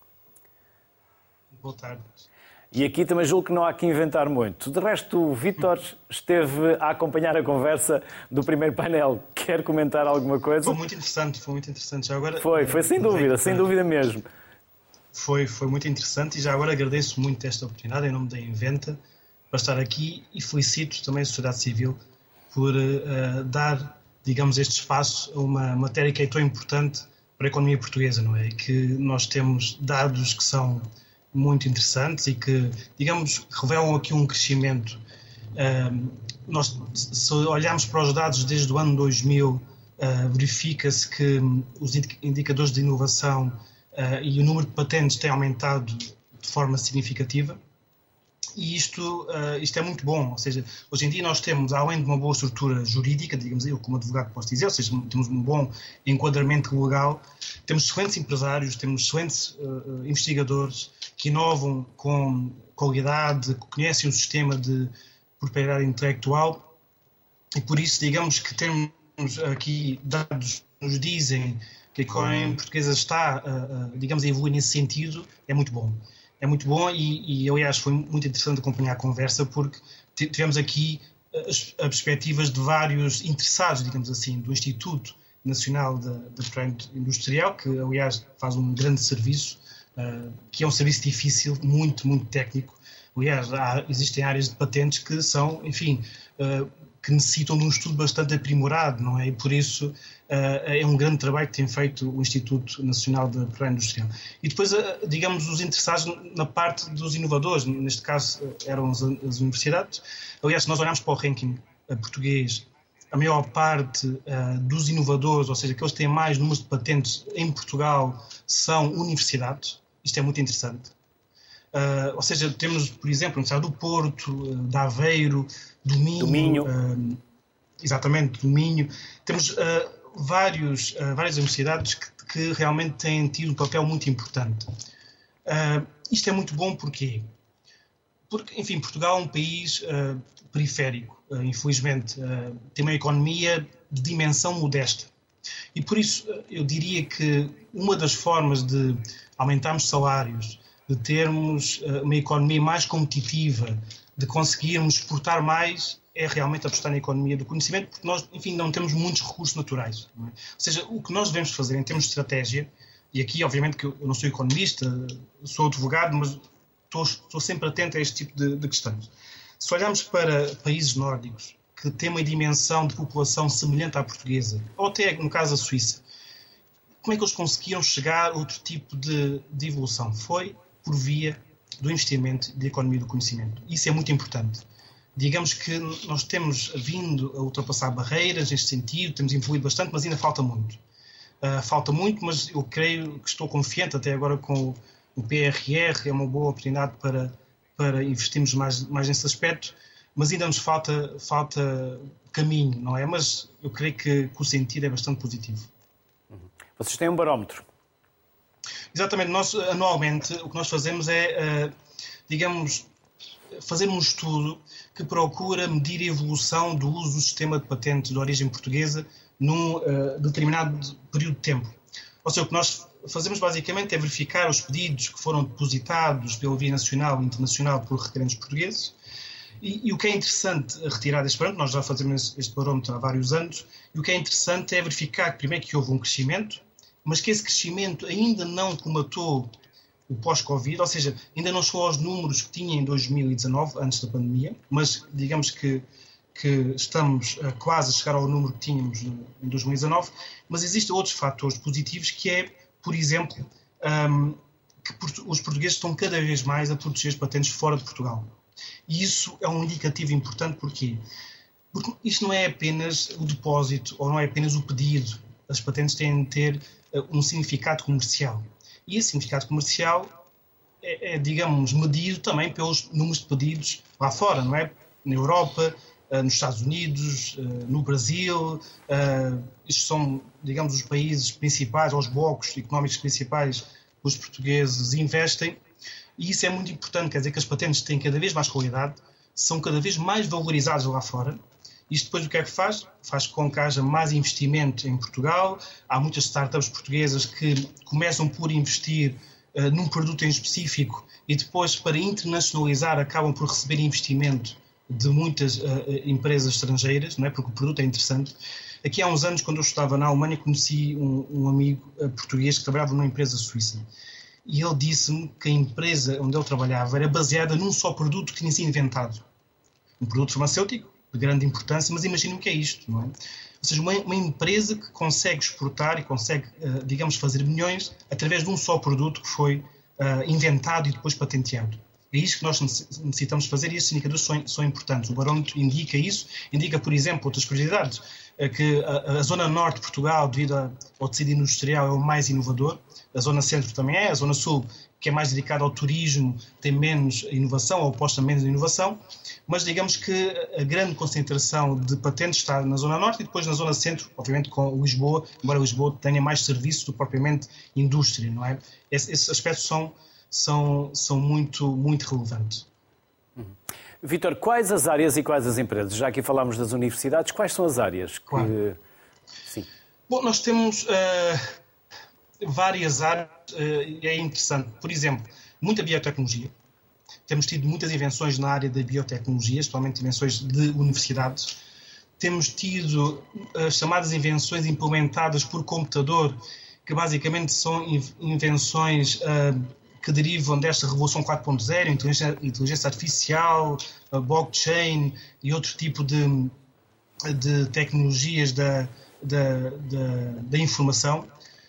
Boa tarde. E aqui também julgo que não há que inventar muito. De resto, o Vítor esteve a acompanhar a conversa do primeiro painel. Quer comentar alguma coisa? Foi muito interessante, foi muito interessante. Já agora, foi, foi sem dúvida, sem dúvida mesmo. Foi, foi muito interessante e já agora agradeço muito esta oportunidade em nome da Inventa para estar aqui e felicito também a sociedade civil por uh, dar, digamos, este espaço a uma matéria que é tão importante para a economia portuguesa, não é? Que nós temos dados que são muito interessantes e que, digamos, revelam aqui um crescimento. Uh, nós, se olharmos para os dados desde o ano dois mil, uh, verifica-se que os indicadores de inovação uh, e o número de patentes têm aumentado de forma significativa. E isto, uh, isto é muito bom, ou seja, hoje em dia nós temos, além de uma boa estrutura jurídica, digamos eu como advogado posso dizer, ou seja, temos um bom enquadramento legal, temos excelentes empresários, temos excelentes uh, investigadores que inovam com qualidade, que conhecem o sistema de propriedade intelectual e por isso, digamos que temos aqui dados que nos dizem que a economia portuguesa está, uh, uh, digamos, a evoluir nesse sentido, é muito bom. É muito bom e, e, aliás, foi muito interessante acompanhar a conversa porque tivemos aqui as, as perspectivas de vários interessados, digamos assim, do Instituto Nacional de, de Propriedade Industrial, que, aliás, faz um grande serviço, uh, que é um serviço difícil, muito, muito técnico. Aliás, há, existem áreas de patentes que são, enfim, uh, que necessitam de um estudo bastante aprimorado, não é? E por isso uh, é um grande trabalho que tem feito o Instituto Nacional de Propriedade Industrial. E depois, uh, digamos, os interessados na parte dos inovadores, neste caso eram as, as universidades. Aliás, se nós olharmos para o ranking uh, português, a maior parte uh, dos inovadores, ou seja, aqueles que têm mais números de patentes em Portugal, são universidades. Isto é muito interessante. Uh, ou seja, temos, por exemplo, a Universidade do Porto, uh, de Aveiro, do Minho, do Minho. Uh, exatamente, do Minho. Temos uh, vários, uh, várias universidades que, que realmente têm tido um papel muito importante. Uh, isto é muito bom porquê? Porque, enfim, Portugal é um país uh, periférico, uh, infelizmente, uh, tem uma economia de dimensão modesta. E por isso uh, eu diria que uma das formas de aumentarmos salários, de termos uh, uma economia mais competitiva, de conseguirmos exportar mais, é realmente apostar na economia do conhecimento, porque nós, enfim, não temos muitos recursos naturais. Não é? Ou seja, o que nós devemos fazer em termos de estratégia, e aqui, obviamente, que eu não sou economista, sou advogado, mas estou, estou sempre atento a este tipo de, de questões. Se olharmos para países nórdicos, que têm uma dimensão de população semelhante à portuguesa, ou até, no caso, a Suíça, como é que eles conseguiam chegar a outro tipo de, de evolução? Foi por via do investimento da economia do conhecimento. Isso é muito importante. Digamos que nós temos vindo a ultrapassar barreiras neste sentido, temos evoluído bastante, mas ainda falta muito. Uh, falta muito, mas eu creio que estou confiante, até agora com o P R R, é uma boa oportunidade para, para investirmos mais, mais nesse aspecto, mas ainda nos falta, falta caminho, não é? Mas eu creio que, que o sentido é bastante positivo. Vocês têm um barómetro? Exatamente. Nós, anualmente, o que nós fazemos é, digamos, fazer um estudo que procura medir a evolução do uso do sistema de patentes de origem portuguesa num determinado período de tempo. Ou seja, o que nós fazemos basicamente é verificar os pedidos que foram depositados pela via nacional e internacional por requerentes portugueses. E, e o que é interessante retirar deste parâmetro, nós já fazemos este barómetro há vários anos, e o que é interessante é verificar que, primeiro, que houve um crescimento, mas que esse crescimento ainda não comatou o pós-Covid, ou seja, ainda não chegou aos números que tinha em dois mil e dezanove, antes da pandemia, mas digamos que, que estamos a quase a chegar ao número que tínhamos em dois mil e dezanove, mas existem outros fatores positivos, que é, por exemplo, um, que os portugueses estão cada vez mais a proteger as patentes fora de Portugal. E isso é um indicativo importante. Porquê? Porque isto não é apenas o depósito, ou não é apenas o pedido. As patentes têm de ter um significado comercial. E esse significado comercial é, é, digamos, medido também pelos números de pedidos lá fora, não é? Na Europa, nos Estados Unidos, no Brasil. Estes são, digamos, os países principais, ou os blocos económicos principais que os portugueses investem. E isso é muito importante, quer dizer que as patentes têm cada vez mais qualidade, são cada vez mais valorizadas lá fora. Isto depois o que é que faz? Faz com que haja mais investimento em Portugal. Há muitas startups portuguesas que começam por investir uh, num produto em específico e depois, para internacionalizar, acabam por receber investimento de muitas uh, empresas estrangeiras, não é? Porque o produto é interessante. Aqui há uns anos, quando eu estava na Alemanha, conheci um, um amigo uh, português que trabalhava numa empresa suíça. E ele disse-me que a empresa onde ele trabalhava era baseada num só produto que tinha sido inventado. Um produto farmacêutico, de grande importância, mas imaginem o que é isto, não é? Ou seja, uma, uma empresa que consegue exportar e consegue, uh, digamos, fazer milhões através de um só produto que foi uh, inventado e depois patenteado. É isso que nós necessitamos fazer e esses indicadores são, são importantes. O barómetro indica isso, indica, por exemplo, outras curiosidades, uh, que a, a zona norte de Portugal, devido a, ao tecido industrial, é o mais inovador, a zona centro também é, a zona sul, que é mais dedicada ao turismo, tem menos inovação, ou aposta menos em inovação, mas digamos que a grande concentração de patentes está na zona norte e depois na zona centro, obviamente com Lisboa, embora Lisboa tenha mais serviços do que propriamente indústria, não é? Esses aspectos são, são, são muito, muito relevantes. Uhum. Vítor, quais as áreas e quais as empresas? Já aqui falámos das universidades, quais são as áreas que... Claro. Sim. Bom, nós temos... Uh... várias áreas, é interessante. Por exemplo, muita biotecnologia. Temos tido muitas invenções na área da biotecnologia, especialmente invenções de universidades. Temos tido as chamadas invenções implementadas por computador, que basicamente são invenções uh, que derivam desta revolução quatro ponto zero, inteligência, inteligência artificial, blockchain e outro tipo de, de tecnologias da, da, da, da informação.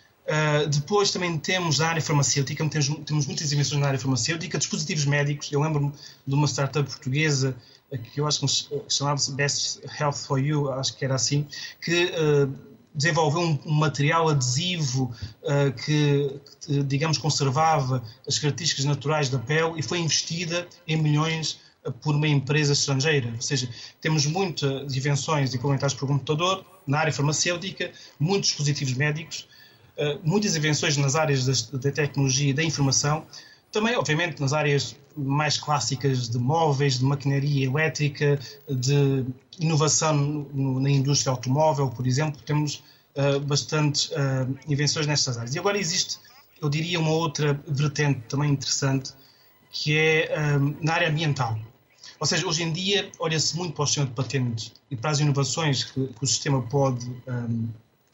Uh, depois também temos na área farmacêutica, temos, temos muitas invenções na área farmacêutica, dispositivos médicos. Eu lembro-me de uma startup portuguesa que eu acho que chamava-se Best Health for You, acho que era assim, que uh, desenvolveu um, um material adesivo uh, que, que, digamos, conservava as características naturais da pele e foi investida em milhões uh, por uma empresa estrangeira. Ou seja, temos muitas invenções implementadas por computador na área farmacêutica, muitos dispositivos médicos, Uh, muitas invenções nas áreas da, da tecnologia e da informação, também, obviamente, nas áreas mais clássicas de móveis, de maquinaria elétrica, de inovação no, na indústria automóvel, por exemplo, temos uh, bastantes uh, invenções nestas áreas. E agora existe, eu diria, uma outra vertente também interessante, que é um, na área ambiental. Ou seja, hoje em dia olha-se muito para o sistema de patentes e para as inovações que, que o sistema pode um,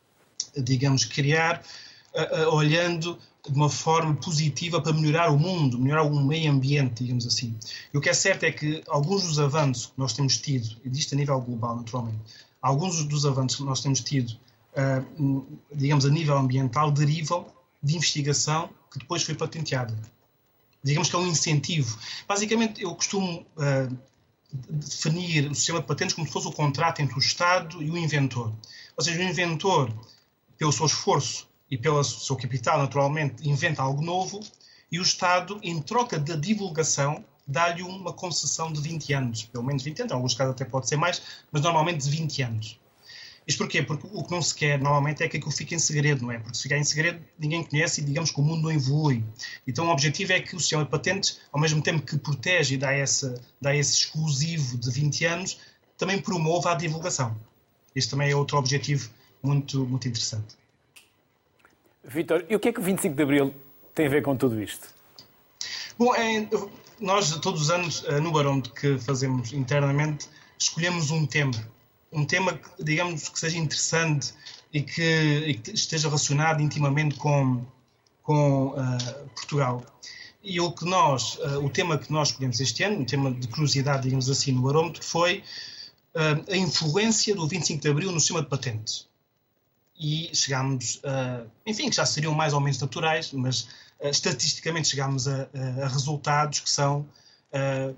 digamos, criar, uh, uh, olhando de uma forma positiva para melhorar o mundo, melhorar o meio ambiente, digamos assim. E o que é certo é que alguns dos avanços que nós temos tido, e disto a nível global, naturalmente, alguns dos avanços que nós temos tido, uh, digamos, a nível ambiental, derivam de investigação que depois foi patenteada. Digamos que é um incentivo. Basicamente, eu costumo uh, definir o sistema de patentes como se fosse o contrato entre o Estado e o inventor. Ou seja, o inventor, pelo seu esforço e pelo seu capital, naturalmente, inventa algo novo e o Estado, em troca da divulgação, dá-lhe uma concessão de vinte anos, pelo menos vinte anos, em alguns casos até pode ser mais, mas normalmente de vinte anos. Isto porquê? Porque o que não se quer, normalmente, é que aquilo fique em segredo, não é? Porque se ficar em segredo, ninguém conhece e digamos que o mundo não evolui. Então o objetivo é que o sistema de patentes, ao mesmo tempo que protege e dá, essa, dá esse exclusivo de vinte anos, também promova a divulgação. Este também é outro objetivo muito, muito interessante. Vítor, e o que é que o vinte e cinco de Abril tem a ver com tudo isto? Bom, é, nós todos os anos, no barómetro que fazemos internamente, escolhemos um tema. Um tema, que, digamos, que seja interessante e que, e que esteja relacionado intimamente com, com uh, Portugal. E o, que nós, uh, o tema que nós escolhemos este ano, um tema de curiosidade, digamos assim, no barómetro, foi uh, a influência do vinte e cinco de Abril no sistema de patentes. E chegámos, uh, enfim, que já seriam mais ou menos naturais, mas uh, estatisticamente chegámos a, a, a resultados que são, uh,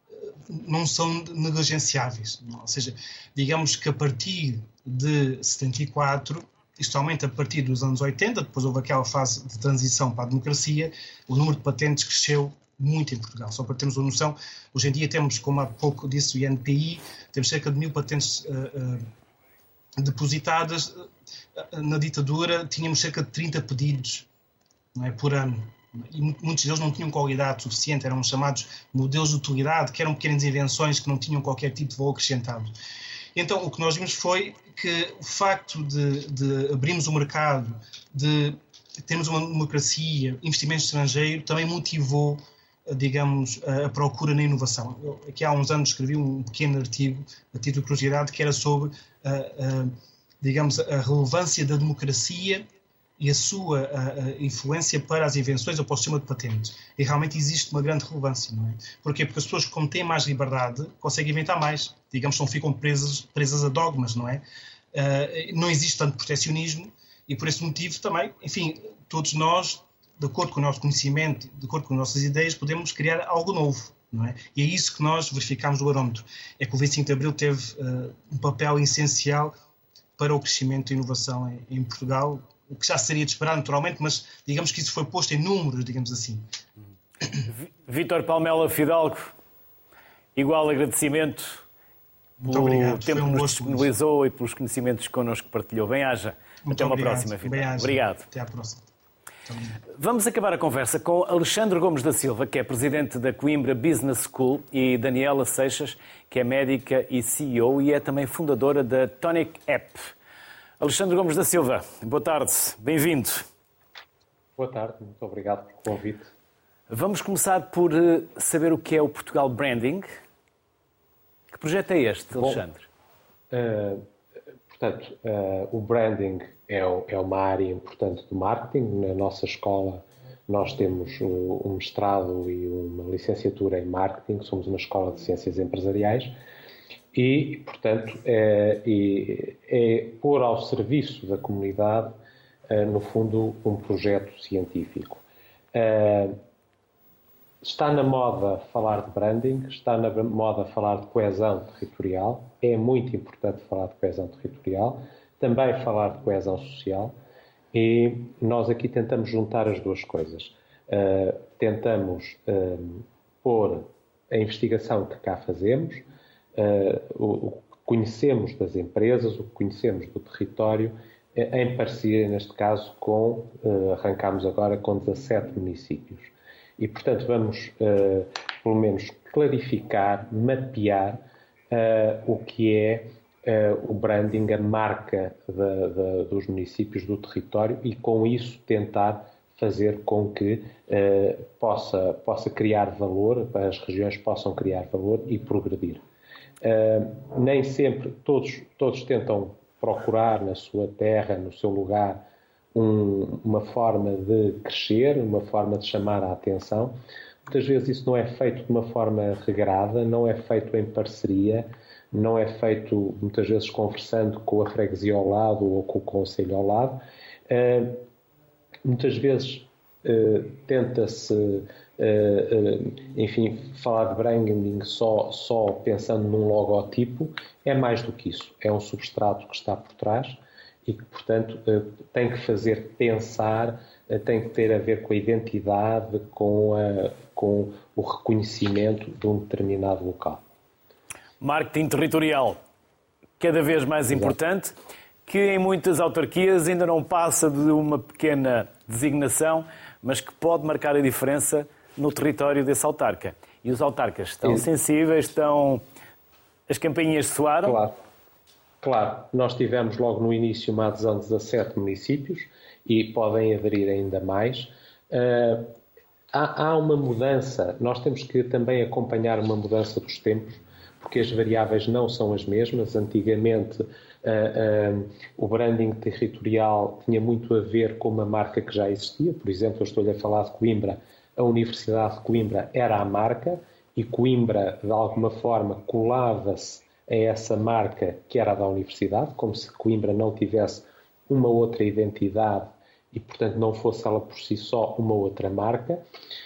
não são negligenciáveis. Ou seja, digamos que a partir de setenta e quatro, isto aumenta a partir dos anos oitenta, depois houve aquela fase de transição para a democracia, o número de patentes cresceu muito em Portugal. Só para termos uma noção, hoje em dia temos, como há pouco disse o I N P I, temos cerca de mil patentes uh, uh, depositadas. Na ditadura tínhamos cerca de trinta pedidos, não é, por ano. E muitos deles não tinham qualidade suficiente, eram chamados modelos de utilidade, que eram pequenas invenções que não tinham qualquer tipo de valor acrescentado. Então, o que nós vimos foi que o facto de, de abrirmos o mercado, de termos uma democracia, investimento estrangeiro, também motivou, digamos, a, a procura na inovação. Eu, aqui há uns anos escrevi um pequeno artigo, a título de curiosidade, que era sobre, a, a, digamos, a relevância da democracia e a sua a, a influência para as invenções ou para o sistema de patentes. E realmente existe uma grande relevância, não é? Porquê? Porque as pessoas, como têm mais liberdade, conseguem inventar mais. Digamos, não ficam presas, presas a dogmas, não é? Uh, não existe tanto proteccionismo e por esse motivo também, enfim, todos nós, de acordo com o nosso conhecimento, de acordo com as nossas ideias, podemos criar algo novo, não é? E é isso que nós verificamos no barómetro. É que o vinte e cinco de Abril teve uh, um papel essencial para o crescimento e inovação em, em Portugal, o que já seria de esperar naturalmente, mas digamos que isso foi posto em números, digamos assim. Vítor Palmela Fidalgo, igual agradecimento pelo obrigado. tempo que um nos disponibilizou e pelos conhecimentos que connosco partilhou. Bem-haja. Até uma obrigado. próxima, Vítor. Bem-haja. Obrigado. Até à próxima. Vamos acabar a conversa com Alexandre Gomes da Silva, que é presidente da Coimbra Business School, e Daniela Seixas, que é médica e C E O e é também fundadora da Tonic App. Alexandre Gomes da Silva, boa tarde, bem-vindo. Boa tarde, muito obrigado pelo convite. Vamos começar por saber o que é o Portugal Branding. Que projeto é este, Alexandre? Bom, uh, portanto, uh, o branding é, é uma área importante do marketing. Na nossa escola nós temos um mestrado e uma licenciatura em marketing, somos uma escola de ciências empresariais. e, portanto, é, é, é pôr ao serviço da comunidade, no fundo, um projeto científico. Está na moda falar de branding, está na moda falar de coesão territorial, é muito importante falar de coesão territorial, também falar de coesão social, e nós aqui tentamos juntar as duas coisas. Uh, tentamos uh, pôr a investigação que cá fazemos, uh, o, o que conhecemos das empresas, o que conhecemos do território, uh, em parceria, neste caso, com, uh, arrancamos agora com dezassete municípios. E, portanto, vamos, uh, pelo menos, clarificar, mapear uh, o que é uh, o branding, a marca de, de, dos municípios, do território, e, com isso, tentar fazer com que uh, possa, possa criar valor, as regiões possam criar valor e progredir. Uh, nem sempre, todos, todos tentam procurar na sua terra, no seu lugar, Um, uma forma de crescer, uma forma de chamar a atenção. Muitas vezes isso não é feito de uma forma regrada, não é feito em parceria, não é feito muitas vezes conversando com a freguesia ao lado ou com o concelho ao lado. Uh, muitas vezes uh, tenta-se, uh, uh, enfim, falar de branding só, só pensando num logotipo. É mais do que isso, é um substrato que está por trás e que, portanto, tem que fazer pensar, tem que ter a ver com a identidade, com, a, com o reconhecimento de um determinado local. Marketing territorial, cada vez mais Exato. Importante, que em muitas autarquias ainda não passa de uma pequena designação, mas que pode marcar a diferença no território desse autarca. E os autarcas estão Sim. sensíveis, estão... As campainhas soaram? Claro. Claro, nós tivemos logo no início uma adesão de dezassete municípios e podem aderir ainda mais. Uh, há, há uma mudança, nós temos que também acompanhar uma mudança dos tempos, porque as variáveis não são as mesmas. Antigamente, uh, uh, o branding territorial tinha muito a ver com uma marca que já existia. Por exemplo, eu estou-lhe a falar de Coimbra, a Universidade de Coimbra era a marca e Coimbra, de alguma forma, colava-se a essa marca que era a da universidade, como se Coimbra não tivesse uma outra identidade e, portanto, não fosse ela por si só uma outra marca,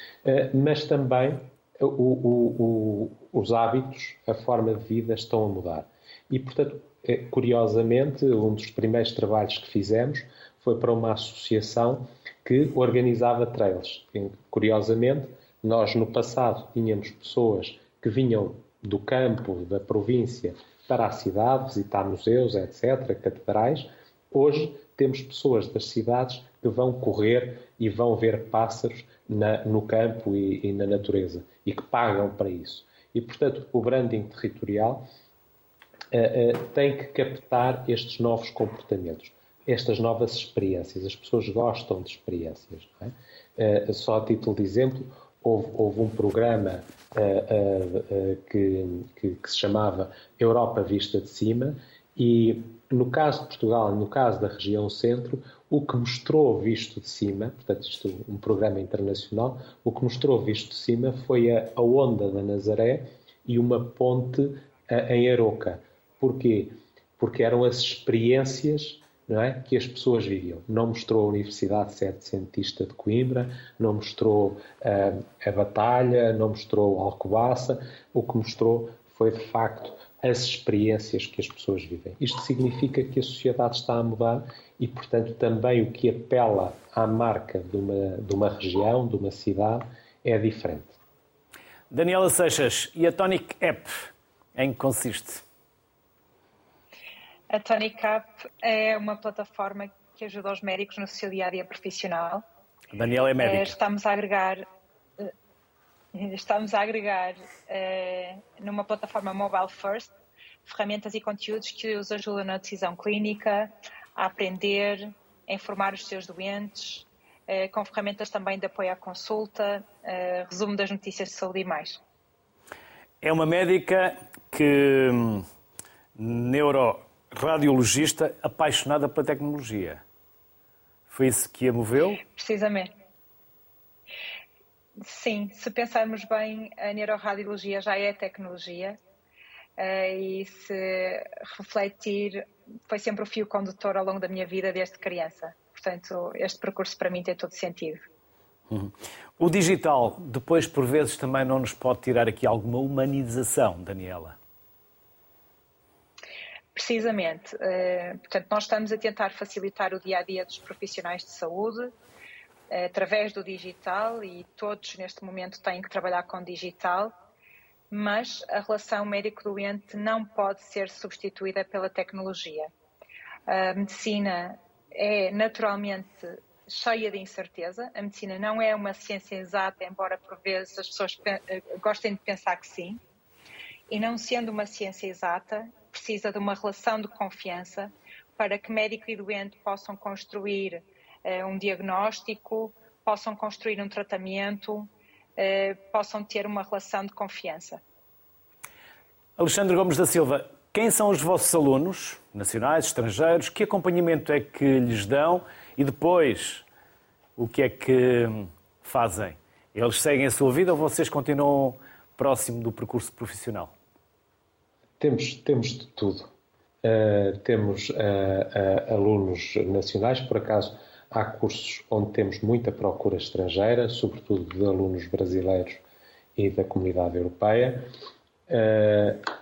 mas também o, o, o, os hábitos, a forma de vida estão a mudar. E, portanto, curiosamente, um dos primeiros trabalhos que fizemos foi para uma associação que organizava trails. E, curiosamente, nós no passado tínhamos pessoas que vinham do campo, da província, para a cidade, visitar museus, etcétera, catedrais. Hoje temos pessoas das cidades que vão correr e vão ver pássaros na, no campo e, e na natureza e que pagam para isso. E, portanto, o branding territorial uh, uh, tem que captar estes novos comportamentos, estas novas experiências. As pessoas gostam de experiências. Não é? Uh, só a título de exemplo, Houve, houve um programa uh, uh, uh, que, que, que se chamava Europa Vista de Cima e, no caso de Portugal, no caso da região centro, o que mostrou visto de cima, portanto isto é um programa internacional, o que mostrou visto de cima foi a, a Onda da Nazaré e uma ponte uh, em Aroca. Porquê? Porque eram as experiências, não é, que as pessoas viviam. Não mostrou a Universidade Setecentista de Coimbra, não mostrou uh, a Batalha, não mostrou Alcobaça. O que mostrou foi, de facto, as experiências que as pessoas vivem. Isto significa que a sociedade está a mudar e, portanto, também o que apela à marca de uma, de uma região, de uma cidade, é diferente. Daniela Seixas, e a Tonic App, em que consiste? A Tonic App é uma plataforma que ajuda os médicos no seu dia-a-dia profissional. A Daniela é médica. Estamos a agregar, estamos a agregar numa plataforma mobile first ferramentas e conteúdos que os ajudam na decisão clínica, a aprender, a informar os seus doentes, com ferramentas também de apoio à consulta, resumo das notícias de saúde e mais. É uma médica que neuro radiologista apaixonada pela tecnologia. Foi isso que a moveu? Precisamente. Sim, se pensarmos bem, a neuroradiologia já é tecnologia e se refletir foi sempre o fio condutor ao longo da minha vida desde criança. Portanto, este percurso para mim tem todo sentido. Uhum. O digital, depois, por vezes, também não nos pode tirar aqui alguma humanização, Daniela? Precisamente. Portanto, nós estamos a tentar facilitar o dia-a-dia dos profissionais de saúde através do digital e todos, neste momento, têm que trabalhar com digital, mas a relação médico-doente não pode ser substituída pela tecnologia. A medicina é naturalmente cheia de incerteza. A medicina não é uma ciência exata, embora por vezes as pessoas gostem de pensar que sim. E não sendo uma ciência exata, precisa de uma relação de confiança para que médico e doente possam construir uh, um diagnóstico, possam construir um tratamento, uh, possam ter uma relação de confiança. Alexandre Gomes da Silva, quem são os vossos alunos, nacionais, estrangeiros? Que acompanhamento é que lhes dão? E depois, o que é que fazem? Eles seguem a sua vida ou vocês continuam próximo do percurso profissional? Temos, temos de tudo. Uh, temos uh, uh, alunos nacionais, por acaso há cursos onde temos muita procura estrangeira, sobretudo de alunos brasileiros e da comunidade europeia. Uh,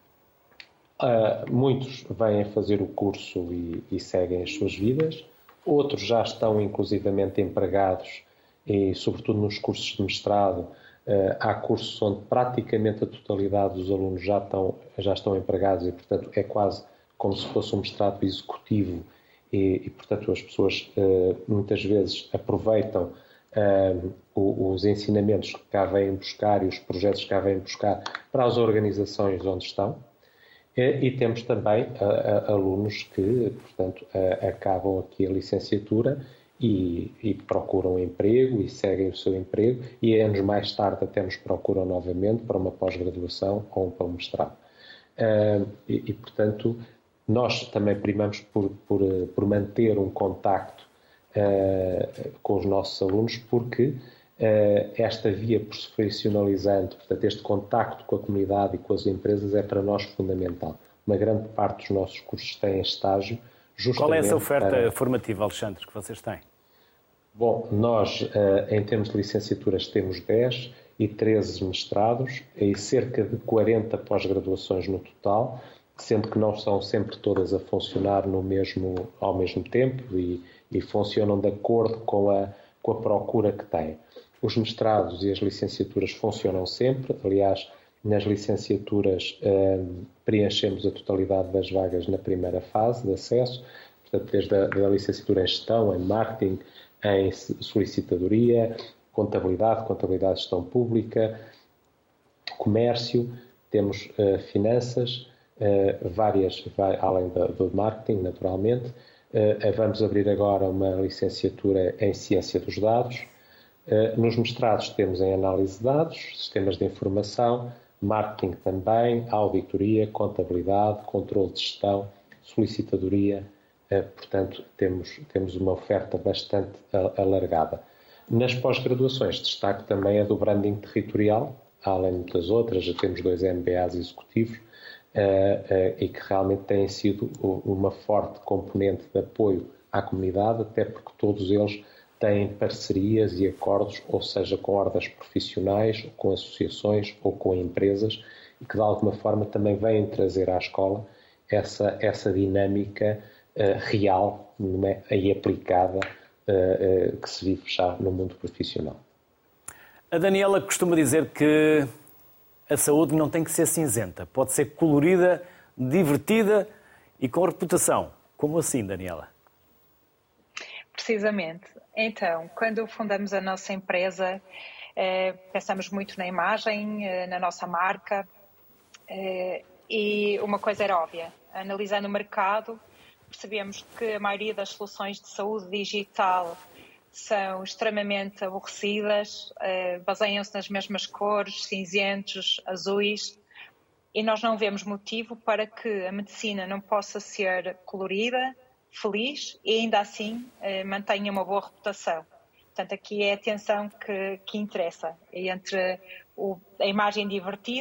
uh, muitos vêm fazer o curso e, e seguem as suas vidas. Outros já estão inclusivamente empregados e, sobretudo nos cursos de mestrado, Uh, há cursos onde praticamente a totalidade dos alunos já estão, já estão empregados e, portanto, é quase como se fosse um mestrado executivo e, e portanto, as pessoas uh, muitas vezes aproveitam uh, os ensinamentos que cá vêm buscar e os projetos que cá vêm buscar para as organizações onde estão. E, e temos também uh, uh, alunos que, portanto, uh, acabam aqui a licenciatura E, e procuram emprego e seguem o seu emprego e anos mais tarde até nos procuram novamente para uma pós-graduação ou para um mestrado. Uh, e, e, portanto, nós também primamos por, por, por manter um contacto uh, com os nossos alunos porque uh, esta via profissionalizante, portanto, este contacto com a comunidade e com as empresas é para nós fundamental. Uma grande parte dos nossos cursos tem estágio. Qual é essa oferta para... formativa, Alexandre, que vocês têm? Bom, nós, em termos de licenciaturas, temos dez e treze mestrados e cerca de quarenta pós-graduações no total, sendo que não são sempre todas a funcionar no mesmo, ao mesmo tempo e, e funcionam de acordo com a, com a procura que têm. Os mestrados e as licenciaturas funcionam sempre, aliás, nas licenciaturas eh, preenchemos a totalidade das vagas na primeira fase de acesso, portanto, desde a da licenciatura em gestão, em marketing, em solicitadoria, contabilidade, contabilidade de gestão pública, comércio, temos uh, finanças, uh, várias, vai, além do, do marketing, naturalmente. Uh, vamos abrir agora uma licenciatura em ciência dos dados. Uh, nos mestrados temos em análise de dados, sistemas de informação, marketing também, auditoria, contabilidade, controle de gestão, solicitadoria. Portanto, temos, temos uma oferta bastante alargada. Nas pós-graduações, destaco também a do branding territorial, além das outras, já temos dois M B As executivos, uh, uh, e que realmente têm sido uma forte componente de apoio à comunidade, até porque todos eles têm parcerias e acordos, ou seja, com ordens profissionais, com associações ou com empresas, e que de alguma forma também vêm trazer à escola essa, essa dinâmica Uh, real é? E aplicada uh, uh, que se vive já no mundo profissional. A Daniela costuma dizer que a saúde não tem que ser cinzenta, pode ser colorida, divertida e com reputação. Como assim, Daniela? Precisamente. Então, quando fundamos a nossa empresa, eh, pensamos muito na imagem, eh, na nossa marca, eh, e uma coisa era óbvia. Analisando o mercado, percebemos que a maioria das soluções de saúde digital são extremamente aborrecidas, baseiam-se nas mesmas cores, cinzentos, azuis, e nós não vemos motivo para que a medicina não possa ser colorida, feliz e ainda assim mantenha uma boa reputação. Portanto, aqui é a atenção que, que interessa, entre o, a imagem divertida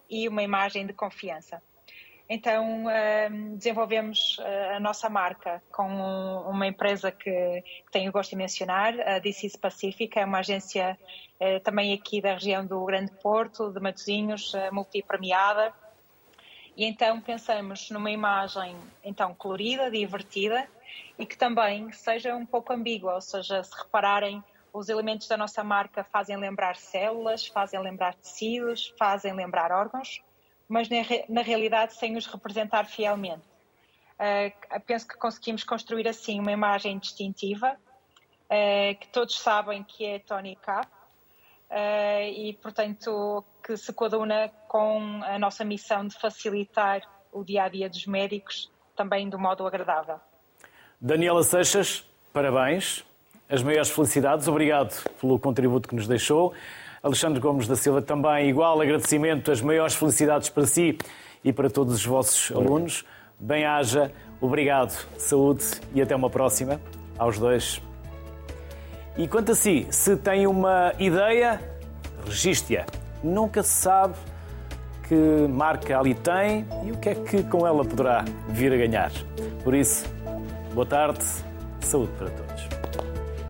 e uma imagem de confiança. Então, desenvolvemos a nossa marca com uma empresa que tenho o gosto de mencionar, a This is Pacific, é uma agência também aqui da região do Grande Porto, de Matosinhos, multipremiada. E então pensamos numa imagem então colorida, divertida e que também seja um pouco ambígua, ou seja, se repararem, os elementos da nossa marca fazem lembrar células, fazem lembrar tecidos, fazem lembrar órgãos, mas na, na realidade sem os representar fielmente. Uh, penso que conseguimos construir assim uma imagem distintiva, uh, que todos sabem que é Tony Cap, uh, e portanto que se coaduna com a nossa missão de facilitar o dia-a-dia dos médicos, também de um modo agradável. Daniela Seixas, parabéns, as maiores felicidades, obrigado pelo contributo que nos deixou. Alexandre Gomes da Silva, também igual agradecimento, as maiores felicidades para si e para todos os vossos alunos. Bem-haja, obrigado, saúde e até uma próxima aos dois. E quanto a si, se tem uma ideia, registre-a. Nunca se sabe que marca ali tem e o que é que com ela poderá vir a ganhar. Por isso, boa tarde, saúde para todos.